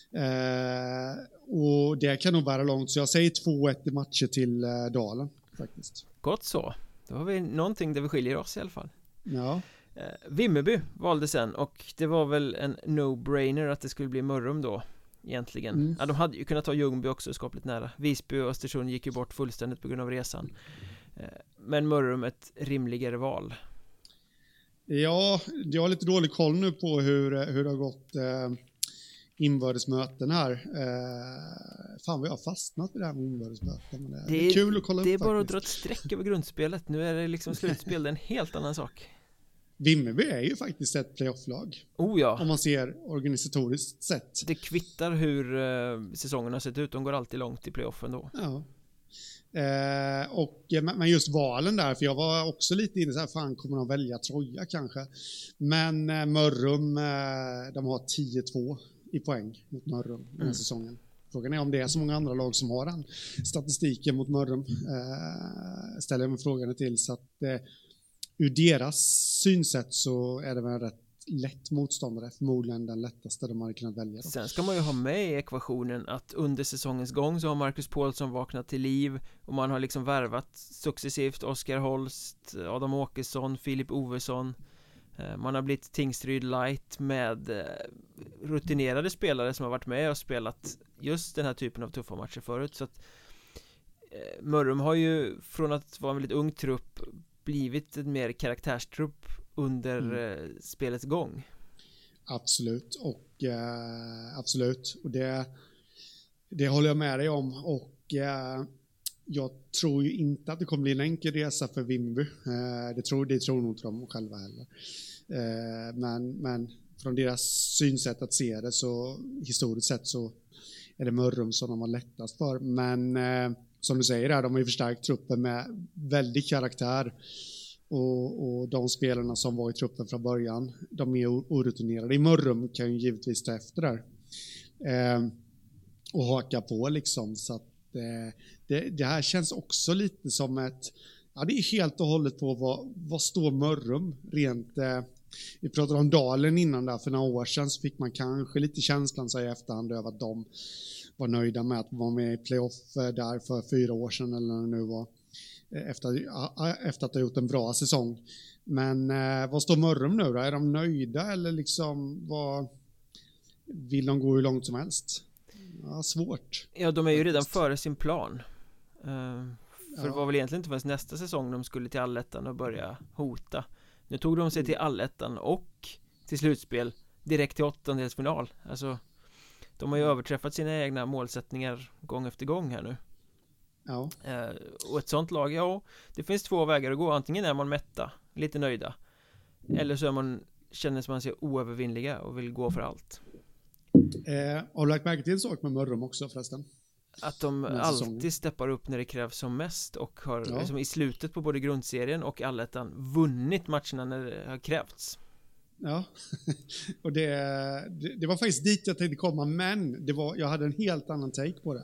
Eh, och det kan nog vara långt, så jag säger två ett i matcher till eh, Dalen faktiskt. Gott så, då har vi någonting där vi skiljer oss i alla fall. Ja. eh, Vimmerby valde sen, och det var väl en no-brainer att det skulle bli Mörrum då egentligen. Mm. Ja, de hade ju kunnat ta Ljungby också skapligt nära. Visby och Östersund gick ju bort fullständigt på grund av resan. eh, Men Mörrum ett rimligare val. Ja, jag har lite dålig koll nu på hur, hur det har gått eh, inbördesmöten här. Eh, fan vad jag har fastnat i det här med inbördesmöten. Men det, det, är, det är kul att kolla det upp. Det är bara faktiskt. att dra ett streck över grundspelet. Nu är det liksom slutspel, det är en helt annan sak. Vimmerby är ju faktiskt ett playoff-lag. Oh ja. Om man ser organisatoriskt sett. Det kvittar hur eh, säsongen har sett ut. De går alltid långt i playoffen då. Ja. Eh, och, men just valen där, för jag var också lite inne så här, fan kommer de välja Troja kanske. Men eh, Mörrum, eh, de har tio två i poäng mot Mörrum den här mm. säsongen. Frågan är om det är så många andra lag som har den statistiken mot Mörrum. Eh, ställer jag mig frågan till, så att eh, ur deras synsätt så är det väl en rätt lätt motståndare, förmodligen den lättaste de hade kunnat välja då. Sen ska man ju ha med i ekvationen att under säsongens gång så har Marcus Paulsson vaknat till liv, och man har liksom värvat successivt Oskar Holst, Adam Åkesson, Filip Ovesson. Man har blivit Tingsryd light med rutinerade spelare som har varit med och spelat just den här typen av tuffa matcher förut. Så att Mörrum har ju från att vara en väldigt ung trupp blivit en mer karaktärstrupp under mm. spelets gång. Absolut, och eh, absolut, och det, det håller jag med dig om, och eh, jag tror ju inte att det kommer bli en enkel resa för Vimmerby. Eh, det, tror, det tror nog inte de själva heller. Eh, men, men från deras synsätt att se det, så historiskt sett så är det Mörrum som de har lättast för. Men eh, som du säger där, de har ju förstärkt truppen med väldigt karaktär. Och, och de spelarna som var i truppen från början, de är orutinerade. I Mörrum kan ju givetvis ta efter där. Eh, och haka på liksom. Så att eh, det, det här känns också lite som ett... Ja, det är helt och hållet på vad, vad står Mörrum rent... Eh, vi pratade om Dalen innan där, för några år sedan så fick man kanske lite känslan sig i efterhand över att de var nöjda med att vara med i playoff där för fyra år sedan eller när det nu var. Efter, efter att ha gjort en bra säsong. Men eh, vad står Mörrum nu då? Är de nöjda eller liksom vad, vill de gå hur långt som helst? Ja, svårt. Ja, de är ju redan före sin plan. uh, För ja. Det var väl egentligen inte förrän nästa säsong de skulle till allettan och börja hota. Nu tog de sig till allettan och till slutspel direkt till åttondelsfinal. Alltså, de har ju överträffat sina egna målsättningar gång efter gång här nu. Ja. Eh, och ett sånt lag, ja, det finns två vägar att gå. Antingen är man mätta, lite nöjda, eller så är man, känner sig man sig oövervinnliga och vill gå för allt. Eh, har du lagt märke till en sak med Mörrum också förresten? Att de alltid steppar upp när det krävs som mest, och har ja. liksom i slutet på både grundserien och allettan vunnit matcherna när det har krävts. Ja, och det, det, det var faktiskt dit jag tänkte komma, men det var, jag hade en helt annan take på det.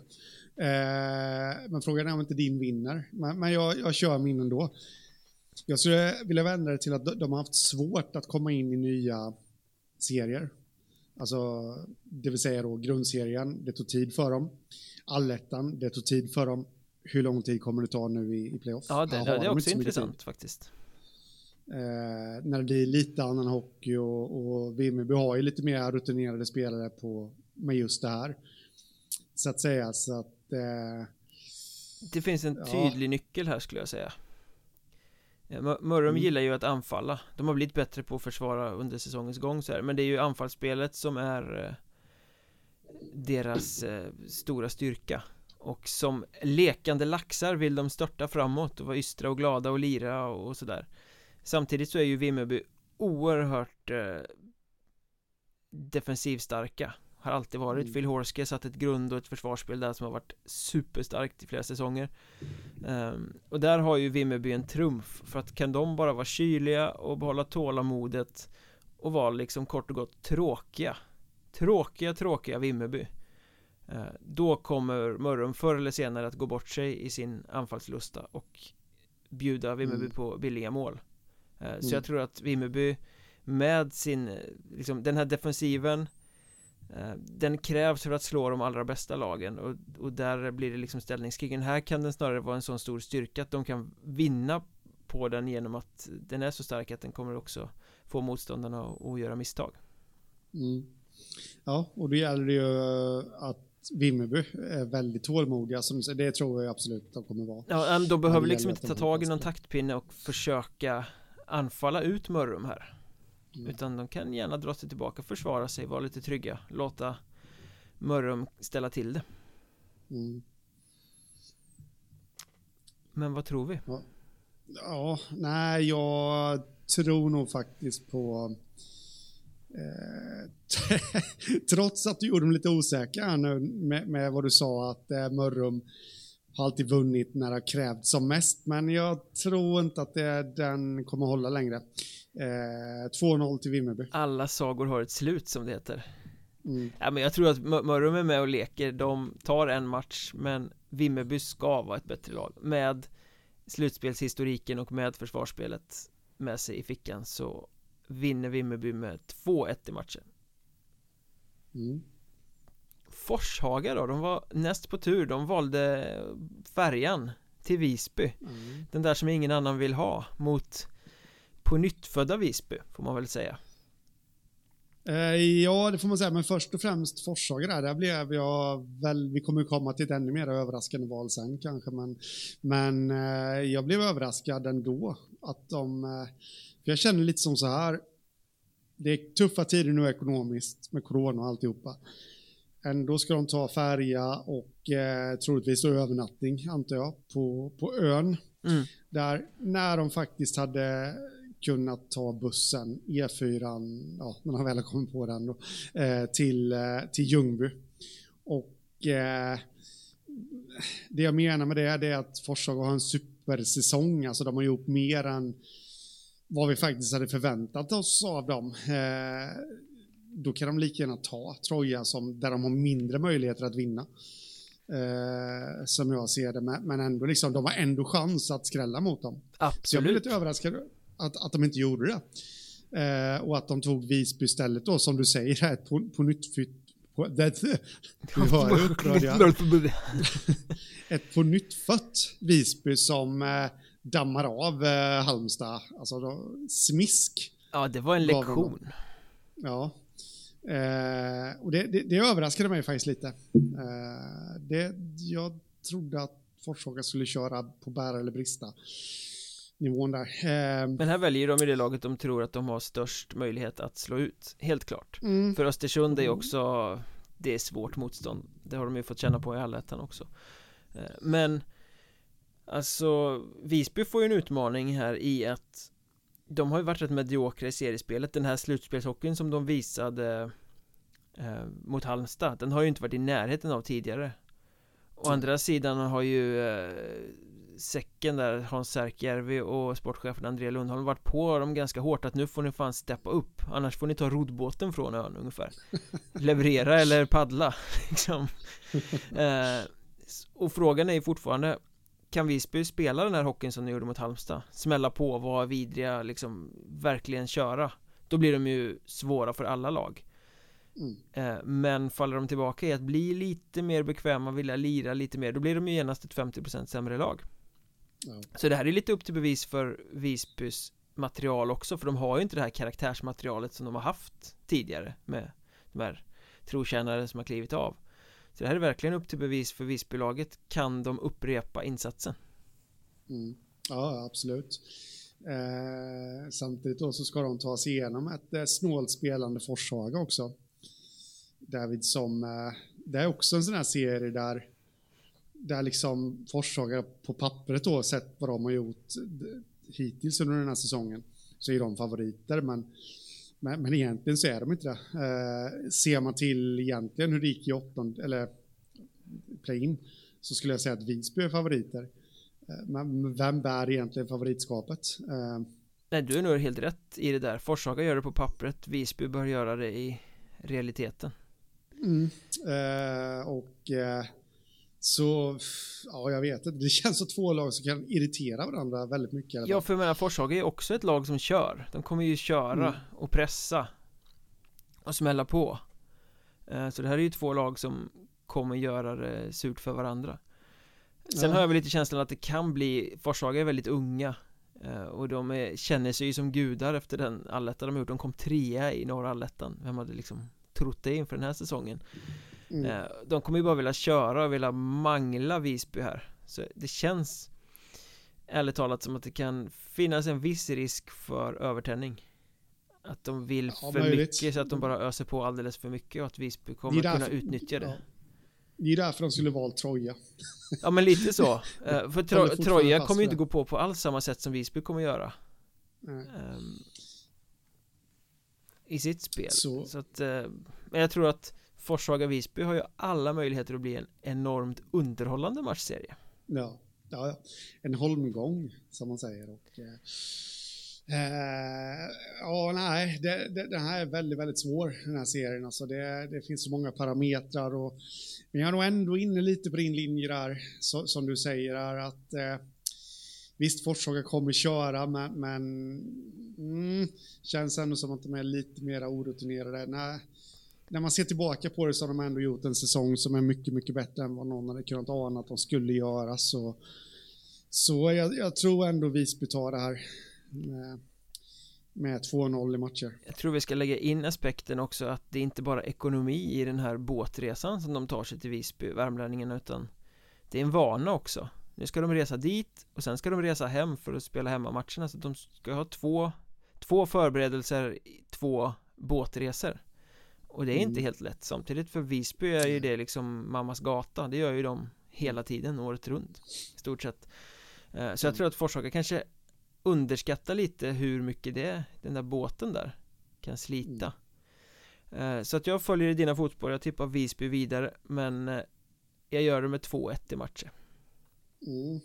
Eh, men frågan är om inte din vinner. Men, men jag, jag kör min ändå. Jag skulle vilja vända det till att de har haft svårt att komma in i nya serier. Alltså, det vill säga då grundserien, det tog tid för dem. Allettan, det tog tid för dem. hur lång tid kommer det ta nu i, i playoff? Ja, det, det är också intressant faktiskt. Eh, när det blir lite annan hockey och, och Vimmerby har ju lite mer rutinerade spelare på, med just det här. Så att säga, så att... Eh, det finns en tydlig ja. nyckel här skulle jag säga. Mörrum mm. gillar ju att anfalla. De har blivit bättre på att försvara under säsongens gång så här. Men det är ju anfallsspelet som är eh, deras eh, stora styrka. Och som lekande laxar vill de störta framåt och vara ystra och glada och lira och, och sådär. Samtidigt så är ju Vimmerby oerhört eh, defensivstarka. Har alltid varit. Mm. Phil Horske satt ett grund och ett försvarsspel där som har varit superstarkt i flera säsonger. Um, och där har ju Vimmerby en trumf. För att kan de bara vara kyliga och behålla tålamodet och vara liksom kort och gott tråkiga. Tråkiga, tråkiga Vimmerby. Uh, då kommer Mörrum förr eller senare att gå bort sig i sin anfallslusta och bjuda Vimmerby mm. på billiga mål. Uh, mm. Så jag tror att Vimmerby med sin, liksom, den här defensiven, den krävs för att slå de allra bästa lagen och, och där blir det liksom ställningskrigen. Här kan den snarare vara en sån stor styrka att de kan vinna på den genom att den är så stark att den kommer också få motståndarna att, att göra misstag. Mm. Ja, och då gäller det ju att Vimmerby är väldigt tålmodiga, som det tror jag absolut de kommer vara. Ja, de behöver liksom inte ta tag i någon taktpinne och försöka anfalla ut Mörrum här. Mm. Utan de kan gärna dra sig tillbaka, försvara sig, vara lite trygga, låta Mörrum ställa till det. Mm. Men vad tror vi? Ja. ja, nej, jag tror nog faktiskt på eh, trots att du gjorde dem lite osäkra nu med, med vad du sa att eh, Mörrum har alltid vunnit när det har krävts som mest, men jag tror inte att det, den kommer hålla längre. Eh, två noll till Vimmerby. Alla sagor har ett slut, som det heter. Mm. Ja, men jag tror att Mörrum är med och leker. De tar en match, men Vimmerby ska vara ett bättre lag. Med slutspelshistoriken och med försvarsspelet med sig i fickan så vinner Vimmerby med två ett i matchen. Mm. Forshaga då, de var näst på tur. De valde färjan till Visby. Mm. Den där som ingen annan vill ha, mot på nyttfödda Visby, får man väl säga. Eh, ja, det får man säga. Men först och främst Forshaga där, där blev jag väl, vi kommer komma till ett ännu mer överraskande val sen kanske, men, men eh, jag blev överraskad ändå att de, eh, för jag känner lite som så här, det är tuffa tider nu ekonomiskt med corona och alltihopa. Ändå ska de ta färja och eh, troligtvis då övernattning, antar jag, på, på ön. Mm. Där när de faktiskt hade kunnat ta bussen E fyra, ja, när han väl har kommit på den då, eh, till, eh, till Ljungby. Och eh, det jag menar med det är, det är att Forshaga har en supersäsong. Alltså de har gjort mer än vad vi faktiskt hade förväntat oss av dem. Eh, då kan de lika gärna ta Troja som, där de har mindre möjligheter att vinna. Eh, som jag ser det, men ändå liksom, de har ändå chans att skrälla mot dem. Absolut. Så jag blev lite överraskad att, att de inte gjorde det. Eh, och att de tog Visby istället då, som du säger, ett på, på nytt fytt, på, det, ett på nytt fött Visby som eh, dammar av eh, Halmstad. Alltså då, smisk. Ja, det var en lektion. Ja. Eh, och det, det, det överraskade mig faktiskt lite. Eh, det, jag trodde att Forshaga skulle köra på bära eller brista nivån där. Eh, Men här väljer de i det laget de tror att de har störst möjlighet att slå ut, helt klart. Mm. För Östersund är också, det är svårt motstånd. Det har de ju fått känna på i Allettan också. Eh, men alltså Visby får ju en utmaning här i att de har ju varit rätt mediokra i seriespelet. Den här slutspelshockeyn som de visade eh, mot Halmstad, den har ju inte varit i närheten av tidigare. Å andra sidan har ju eh, säcken där, Hans Särkjärvi och sportchefen André Lundholm varit på dem ganska hårt att nu får ni fan steppa upp, annars får ni ta roddbåten från ön ungefär. Leverera eller paddla liksom. eh, och frågan är ju fortfarande, kan Visby spela den här hockeyn som de gjorde mot Halmstad? Smälla på, vara vidriga, liksom verkligen köra. Då blir de ju svåra för alla lag. Mm. eh, Men faller de tillbaka i att bli lite mer bekväma, vilja lira lite mer, då blir de ju genast ett femtio procent sämre lag. Ja. Så det här är lite upp till bevis för Visbys material också, för de har ju inte det här karaktärsmaterialet som de har haft tidigare med de här trotjänare som har klivit av. Så det här är verkligen upp till bevis för Visbylaget. Kan de upprepa insatsen? Mm. Ja, absolut. Eh, samtidigt då så ska de ta sig igenom ett eh, snålt spelande Forshaga också. David som eh, det är också en sån här serie där där liksom Forshaga på pappret då sett vad de har gjort hittills under den här säsongen, så är de favoriter, men men, men egentligen så är de inte det. Eh, ser man till egentligen hur det gick i åttonde eller play-in, så skulle jag säga att Visby är favoriter. Men vem bär egentligen favoritskapet? Nej, du är nog helt rätt i det där. Forshaga gör det på pappret, Visby bör göra det i realiteten. Mm. Eh, och eh, så, ja, jag vet inte. Det känns som två lag som kan irritera varandra väldigt mycket. Ja, för jag menar, Forshaga är också ett lag som kör. De kommer ju köra mm. och pressa och smälla på. Eh, så det här är ju två lag som kommer göra det surt för varandra. Sen ja. har jag väl lite känslan att det kan bli, Forshaga är väldigt unga eh, och de är, känner sig ju som gudar efter den allettan de har gjort. De kom trea i norra allettan. Vem hade liksom trott det inför den här säsongen? Mm. eh, De kommer ju bara vilja köra och vilja mangla Visby här. Så det känns ärligt talat som att det kan finnas en viss risk för övertändning. Att de vill ja, för möjligt. mycket, så att de bara öser på alldeles för mycket, och att Visby kommer därför, kunna utnyttja det. Ja. Det är därför de skulle valt Troja. Ja, men lite så. För tro- Troja kommer ju inte gå på på alls samma sätt som Visby kommer göra. Um, i sitt spel. Så, så att, uh, men jag tror att Forshaga Visby har ju alla möjligheter att bli en enormt underhållande matchserie. Ja, ja, ja. En holmgång som man säger. Och eh, eh, ja, nej, det, det, det här är väldigt, väldigt svår, den här serien. Alltså det, det finns så många parametrar, och men jag är nog ändå inne lite på din linje där, så, som du säger, är att eh, visst, Forshaga kommer köra, men, men mm, känns ändå som att de är lite mer orutinerade. När, när man ser tillbaka på det, så har de ändå gjort en säsong som är mycket, mycket bättre än vad någon hade kunnat ana att de skulle göra. Så, så jag, jag tror ändå Visby tar det här med, med två noll i matcher. Jag tror vi ska lägga in aspekten också att det är inte bara ekonomi i den här båtresan som de tar sig till Visby, värmlänningarna, utan det är en vana också. Nu ska de resa dit och sen ska de resa hem för att spela hemmamatcherna, så att de ska ha två, två förberedelser, två båtresor. Och det är mm. inte helt lätt. Samtidigt för Visby är ju det liksom mammas gata. Det gör ju de hela tiden, året runt i stort sett. Så mm. jag tror att Forshaga kanske underskattar lite hur mycket det, den där båten där kan slita. Mm. Så att jag följer i dina fotspår. Jag tippar Visby vidare, men jag gör det med två ett i matcher. Mm.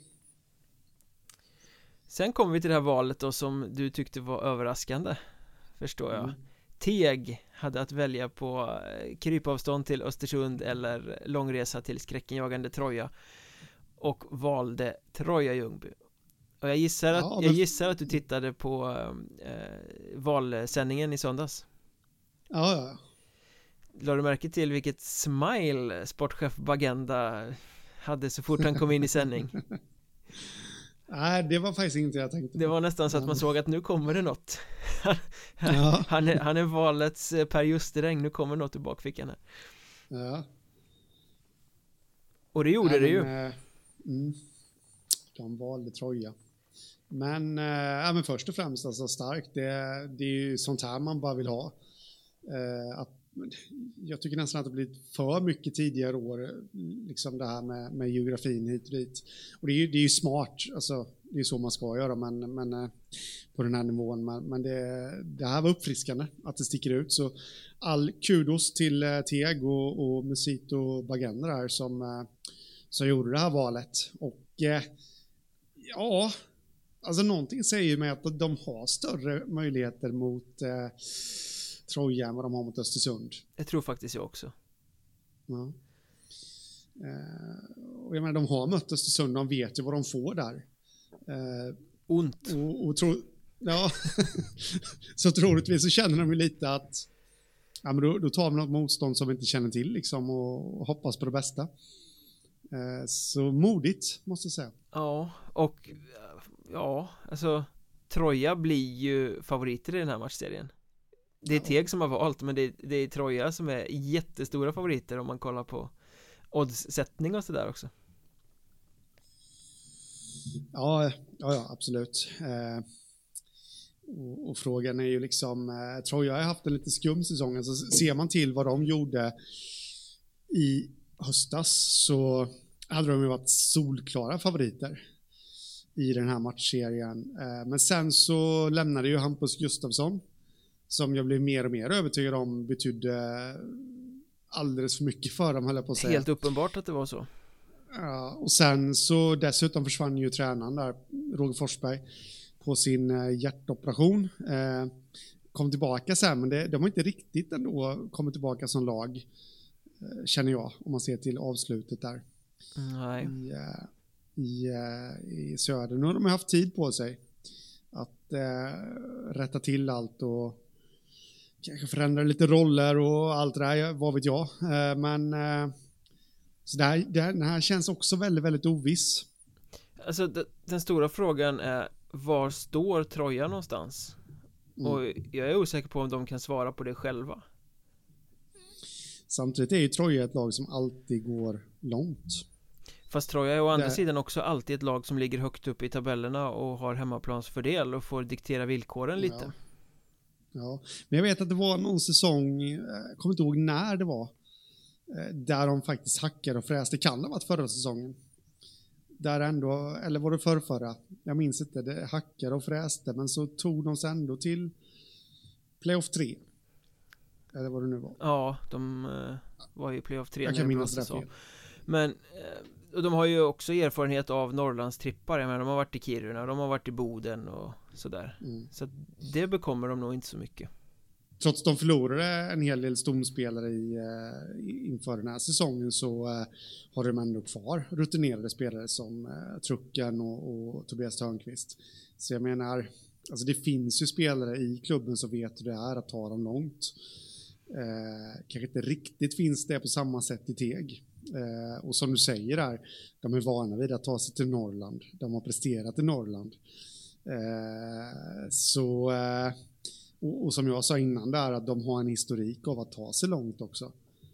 Sen kommer vi till det här valet då, som du tyckte var överraskande, förstår jag. Mm. Teg hade att välja på krypavstånd till Östersund eller långresa till skräckenjagande Troja, och valde Troja Ljungby. Och jag gissar att, ja, men... jag gissar att du tittade på äh, valsändningen i söndags. Ja, ja. Lade du märke till vilket smile sportchef Bagenda hade så fort han kom in i sändning? Nej, det var faktiskt inte jag tänkte. Det var nästan så att man såg att nu kommer det något. Ja. han, är, han är valets Per Justeräng, nu kommer något i bakfickan här. Ja. Och det gjorde Nej, det ju. Men, äh, mm, de valde Troja. Men, äh, ja, men först och främst alltså starkt. Det, det är ju sånt här man bara vill ha. Äh, att jag tycker nästan att det blivit för mycket tidigare år, liksom det här med, med geografin hit och dit. Och det är ju, det är ju smart, alltså, det är så man ska göra, men, men på den här nivån. Men, men det, det här var uppfriskande att det sticker ut. Så all kudos till eh, Teg och, och Musito Bagenda där som, som gjorde det här valet. Och eh, ja, alltså någonting säger mig att de har större möjligheter mot eh, Troja än vad de har mot Östersund. Jag tror faktiskt jag också. Ja. Eh, och jag menar, de har mött Östersund, de vet ju vad de får där. Eh, Ont. Och, och tro, ja. Så troligtvis så känner de ju lite att ja, men då, då tar vi något motstånd som vi inte känner till liksom, och, och hoppas på det bästa. Eh, så modigt, måste jag säga. Ja, och ja, alltså Troja blir ju favoriter i den här matchserien. Det är Teg som har valt, men det är, det är Troja som är jättestora favoriter om man kollar på oddssättning och sådär också. Ja, ja, ja absolut. Eh, och, och frågan är ju liksom, eh, Troja har haft en lite skum säsong. Alltså, ser man till vad de gjorde i höstas så hade de ju varit solklara favoriter i den här matchserien. Eh, men sen så lämnade ju Hampus Gustafsson, som jag blev mer och mer övertygad om betydde alldeles för mycket för dem, höll jag på att säga. Helt uppenbart att det var så. Ja, och sen så dessutom försvann ju tränaren där, Roger Forsberg, på sin eh, hjärtoperation. Eh, kom tillbaka sen, men det, de har inte riktigt ändå kommit tillbaka som lag, eh, känner jag, om man ser till avslutet där. Nej. I, eh, i, eh, i söder. Nu har de haft tid på sig att eh, rätta till allt och kanske förändra lite roller och allt det där, vad vet jag. Eh, men eh, så det här, det här, den här känns också väldigt, väldigt oviss. Alltså d- den stora frågan är, var står Troja någonstans? Mm. Och jag är osäker på om de kan svara på det själva. Samtidigt är ju Troja ett lag som alltid går långt. Fast Troja är å andra det... sidan också alltid ett lag som ligger högt upp i tabellerna och har hemmaplansfördel och får diktera villkoren lite. Ja. Ja, men jag vet att det var någon säsong, jag kommer inte ihåg när det var, där de faktiskt hackade och fräste. Kan det ha varit förra säsongen? Där ändå, eller var det förrförra? Jag minns inte, det hackade och fräste, men så tog de sig ändå till playoff tre. Eller vad det nu var. Ja, de uh, var i playoff tre. Jag kan minnas det fel. Men uh, och de har ju också erfarenhet av Norrlands trippar. Jag menar, de har varit i Kiruna, de har varit i Boden och sådär. Mm. Så det bekommer de nog inte så mycket. Trots de förlorade en hel del stomspelare i, uh, inför den här säsongen, så uh, har de ändå kvar rutinerade spelare som uh, Trucken och, och Tobias Törnqvist. Så jag menar, alltså det finns ju spelare i klubben som vet hur det är att ta dem långt. Uh, kanske inte riktigt finns det på samma sätt i Teg. Uh, och som du säger där, de är vana vid att ta sig till Norrland. De har presterat i Norrland. Uh, så... Uh, Och, och som jag sa innan där, att de har en historik av att ta sig långt också.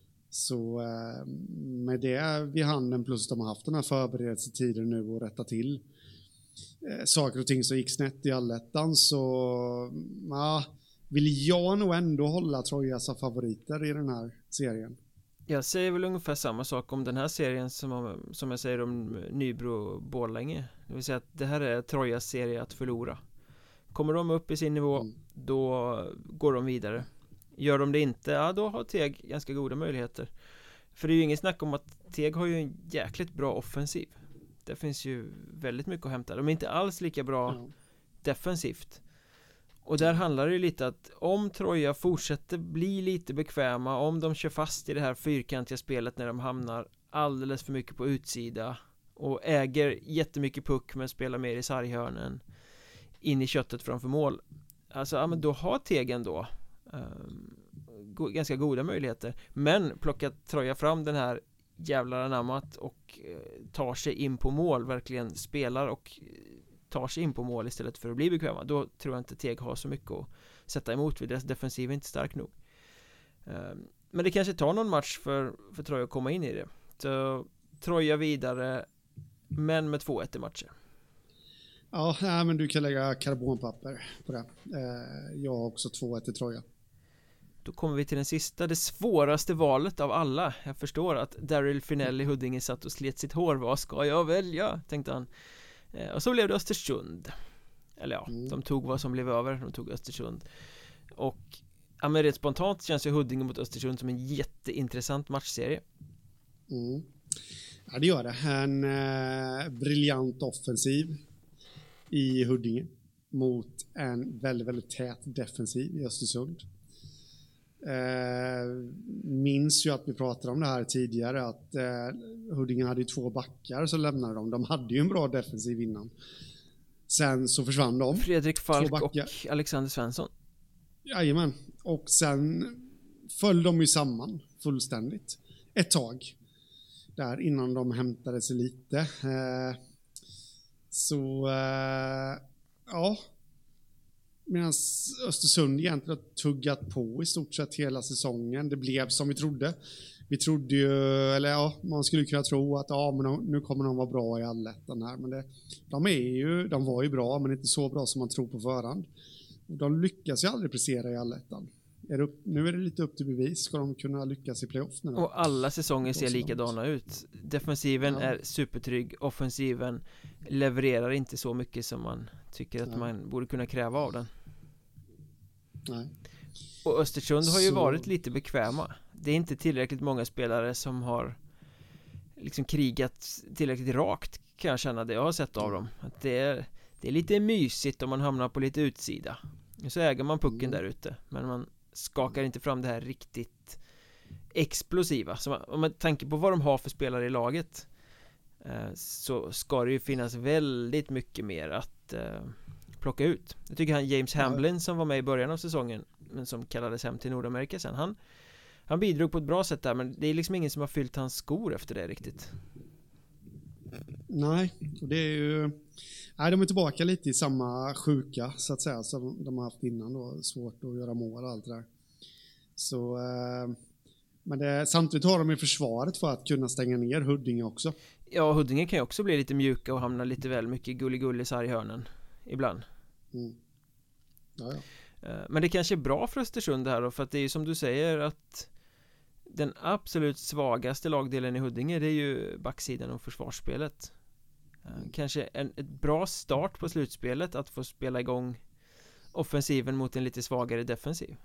Så eh, med det vid handen, plus de har haft den här förberedelsetiden nu och rätta till eh, saker och ting som gick snett i allettan, så ja, vill jag nog ändå hålla Troja som favoriter i den här serien. Jag säger väl ungefär samma sak om den här serien som, om, som jag säger om Nybro Borlänge. Det vill säga att det här är Trojas serie att förlora. Kommer de upp i sin nivå, mm. då går de vidare. Gör de det inte, ja då har Teg ganska goda möjligheter. För det är ju inget snack om att Teg har ju en jäkligt bra offensiv. Det finns ju väldigt mycket att hämta. De är inte alls lika bra mm. defensivt. Och där handlar det ju lite att om Troja fortsätter bli lite bekväma, om de kör fast i det här fyrkantiga spelet när de hamnar alldeles för mycket på utsida och äger jättemycket puck men spelar mer i sarghörnen in i köttet framför mål, alltså ja, men då har Tegen då um, go- ganska goda möjligheter, men plocka Troja fram den här jävlar anammat och uh, tar sig in på mål, verkligen spelar och uh, tar sig in på mål istället för att bli bekväma, då tror jag inte Teg har så mycket att sätta emot, vid deras defensiv är inte stark nog. um, men det kanske tar någon match för, för Troja att komma in i det, så Troja vidare, men med två ett i matcher. Ja, nej, men du kan lägga karbonpapper på det. Eh, jag har också två ett i Troja. Då kommer vi till den sista, det svåraste valet av alla. Jag förstår att Daryl Finell i Huddinge satt och slet sitt hår. Vad ska jag välja? Tänkte han. Eh, och så blev det Östersund. Eller ja, mm. de tog vad som blev över. De tog Östersund. Och ja, men rätt spontant känns ju Huddinge mot Östersund som en jätteintressant matchserie. Mm. Ja, det gör det. En eh, briljant offensiv i Huddinge mot en väldigt, väldigt tät defensiv i Östersund. Eh, minns ju att vi pratade om det här tidigare, att eh, Huddinge hade ju två backar, så lämnade de. De hade ju en bra defensiv innan. Sen så försvann de. Fredrik Falk och Alexander Svensson. Jajamän. Och sen föll de ju samman fullständigt ett tag där innan de hämtade sig lite. Eh, så eh, ja, medan Östersund egentligen har tuggat på i stort sett hela säsongen. Det blev som vi trodde. Vi trodde ju, eller ja, man skulle kunna tro att ja, men de, nu kommer de vara bra i allettan här. Men det, de, är ju, de var ju bra, men inte så bra som man tror på förhand. De lyckas ju aldrig prestera i allettan. Är det upp, nu är det lite upp till bevis. Ska de kunna lyckas i playoff nu? Och alla säsonger ser likadana ut. Defensiven ja. är supertrygg. Offensiven levererar inte så mycket som man tycker att ja. man borde kunna kräva av den. Nej. Och Östersund har ju så... varit lite bekväma. Det är inte tillräckligt många spelare som har liksom krigat tillräckligt rakt, kan jag känna det jag har sett av dem. Att det är, det är lite mysigt om man hamnar på lite utsida. Och så äger man pucken mm. där ute. Men man skakar inte fram det här riktigt explosiva. Så om man tänker på vad de har för spelare i laget, eh, så ska det ju finnas väldigt mycket mer att eh, plocka ut. Jag tycker han James Hamblin som var med i början av säsongen, men som kallades hem till Nordamerika sen, han, han bidrog på ett bra sätt där, men det är liksom ingen som har fyllt hans skor efter det riktigt. Nej, och det är ju... Nej, de är tillbaka lite i samma sjuka, så att säga, som de har haft innan då. Svårt att göra mål och allt det där. Så... Eh, men det, samtidigt har de i försvaret för att kunna stänga ner Huddinge också. Ja, Huddinge kan ju också bli lite mjuka och hamna lite väl mycket gulligullisar i hörnen ibland. Mm. Ja, ja. Men det kanske är bra för Östersund här då, för att det är ju som du säger att den absolut svagaste lagdelen i Huddinge, det är ju backsidan och försvarsspelet. Mm. Kanske en ett bra start på slutspelet att få spela igång offensiven mot en lite svagare defensiv.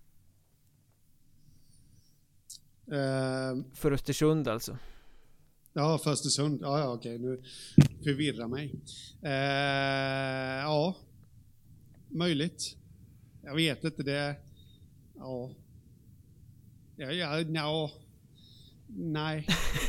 Uh, för Östersund alltså. Ja, för Östersund. Ja, ja, okej, nu förvirrar mig. Uh, ja, möjligt. Jag vet inte, det... Ja. Ja, ja, ja. Nej.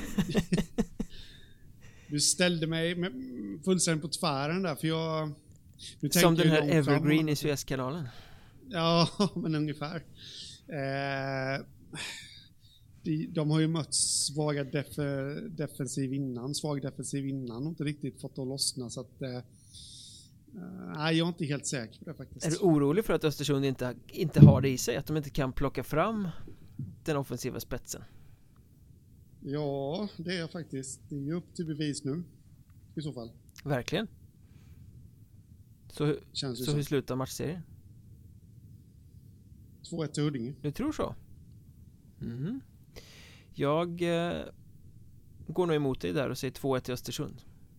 Du ställde mig med, fullständigt på tvären där, för jag... Nu som den här Evergreen i Suezkanalen. Ja, men ungefär. Eh, de, de har ju mött svaga def, defensiv innan, svag defensiv innan och inte riktigt fått att lossna, så att... Eh, nej, jag är inte helt säker på det faktiskt. Är du orolig för att Östersund inte, inte har det i sig? Att de inte kan plocka fram den offensiva spetsen? Ja, det är jag faktiskt. Det är ju upp till bevis nu i så fall. Verkligen. Så, så, så hur slutar matchserien? två ett till Huddinge. Du tror så? Mm. Jag eh, går nog emot dig där och säger två ett till Östersund.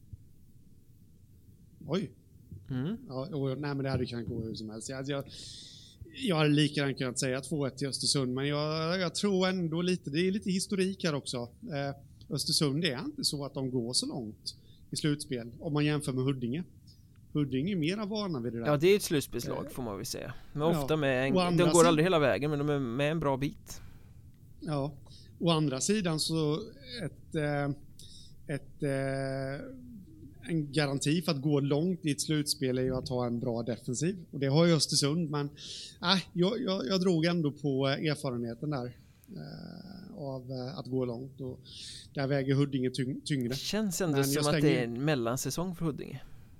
Oj. Mm. Ja, och, nej, men det hade kunnat gå hur som helst. Jag, jag, jag hade lika gärna kunnat säga två ett till Östersund, men jag, jag tror ändå lite, det är lite historik här också. Eh, Östersund är inte så att de går så långt i slutspel om man jämför med Huddinge. Huddinge är mera vana vid det där. Ja, det är ett slutspelslag får man väl säga. Men ofta ja. med en, de går sidan, aldrig hela vägen, men de är med en bra bit. Ja, å andra sidan så ett, eh, ett eh, en garanti för att gå långt i ett slutspel är ju att ha en bra defensiv. Och det har ju Östersund, men äh, jag, jag, jag drog ändå på erfarenheten där eh, av eh, att gå långt. Och där väger Huddinge tyng, tyngre. Det känns ändå men som stänger... att det är en mellansäsong för Huddinge.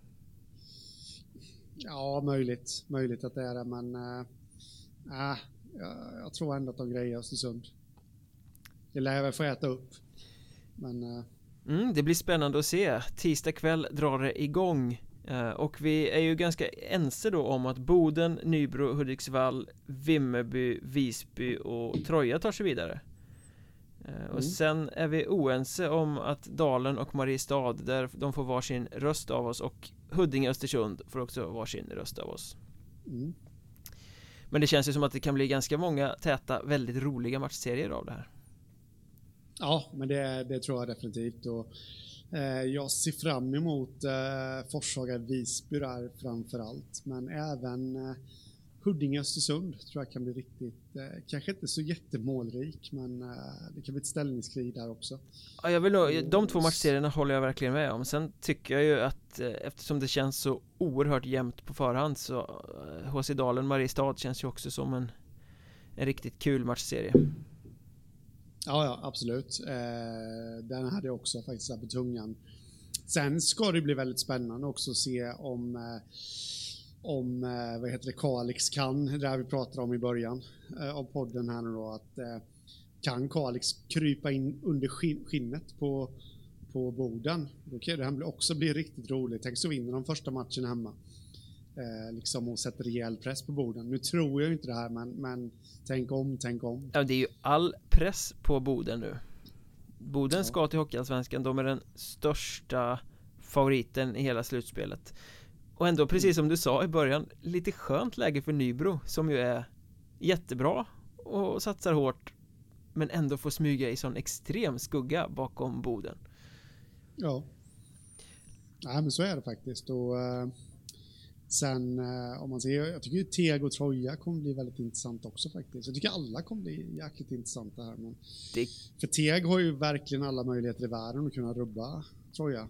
Ja, möjligt. Möjligt att det är det, men äh, äh, jag, jag tror ändå att de grejer Östersund. Det lär jag väl få äta upp. Men... Äh, Mm, det blir spännande att se. Tisdag kväll drar det igång. Uh, och vi är ju ganska ense då om att Boden, Nybro, Hudiksvall, Vimmerby, Visby och Troja tar sig vidare. Uh, mm. Och sen är vi oense om att Dalen och Mariestad, där de får varsin röst av oss, och Huddinge Östersund får också varsin röst av oss. Mm. Men det känns ju som att det kan bli ganska många täta, väldigt roliga matchserier av det här. Ja, men det, det tror jag definitivt. Och, eh, jag ser fram emot eh, Forshaga-Visby där framför allt. Men även eh, Huddinge-Östersund tror jag kan bli riktigt, eh, kanske inte så jättemålrik, men eh, det kan bli ett ställningskrig där också. Ja, jag vill nog, de två matchserierna håller jag verkligen med om. Sen tycker jag ju att eh, eftersom det känns så oerhört jämnt på förhand, så eh, H C Dalen, Mariestad känns ju också som en en riktigt kul matchserie. Ja, ja, absolut. Eh, den hade jag också faktiskt där på tungan. Sen ska det bli väldigt spännande också att se om, eh, om eh, vad heter det, Kalix kan, det här vi pratade om i början eh, av podden här nu då, att eh, kan Kalix krypa in under skin- skinnet på, på Boden. Då kan det här också bli riktigt roligt. Tänk så vinner de första matchen hemma. Eh, liksom och sätter rejäl press på Boden. Nu tror jag inte det här, men, men tänk om, tänk om. Ja, det är ju all press på Boden nu. Boden ska Ja. till Hockeyallsvenskan. De är den största favoriten i hela slutspelet. Och ändå, precis som du sa i början, lite skönt läge för Nybro, som ju är jättebra och satsar hårt, men ändå får smyga i sån extrem skugga bakom Boden. Ja. Nej, men så är det faktiskt. Och eh, sen eh, om man ser, jag tycker ju Teg och Troja kommer bli väldigt intressant också faktiskt. Jag tycker alla kommer bli jäkligt intressanta här. Men Det... För Teg har ju verkligen alla möjligheter i världen att kunna rubba Troja.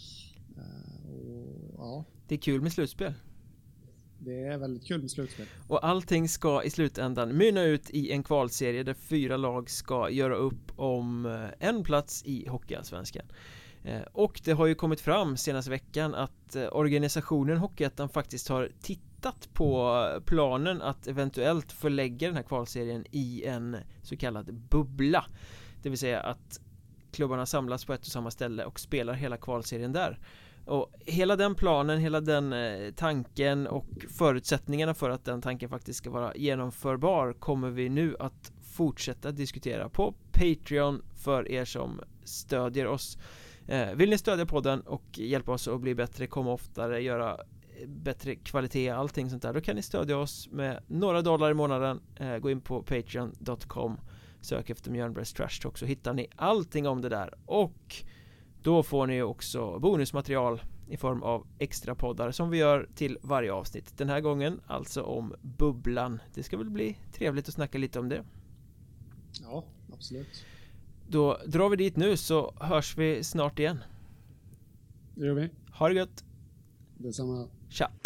Eh, och, ja. det är kul med slutspel. Det är väldigt kul med slutspel. Och allting ska i slutändan mynna ut i en kvalserie där fyra lag ska göra upp om en plats i Hockeyallsvenskan. Och det har ju kommit fram senaste veckan att organisationen Hockeyettan faktiskt har tittat på planen att eventuellt förlägga den här kvalserien i en så kallad bubbla. Det vill säga att klubbarna samlas på ett och samma ställe och spelar hela kvalserien där. Och hela den planen, hela den eh, tanken och förutsättningarna för att den tanken faktiskt ska vara genomförbar kommer vi nu att fortsätta diskutera på Patreon för er som stödjer oss. Eh, vill ni stödja podden och hjälpa oss att bli bättre, komma oftare, göra bättre kvalitet, allting sånt där, då kan ni stödja oss med några dollar i månaden. Eh, gå in på patreon dot com, sök efter Mjölnbergs Trash Talk, så hittar ni allting om det där. Och då får ni också bonusmaterial i form av extra poddar som vi gör till varje avsnitt. Den här gången alltså om bubblan. Det ska väl bli trevligt att snacka lite om det. Ja, absolut. Då drar vi dit nu, så hörs vi snart igen. Det gör vi. Ha det gött. Detsamma. Tja.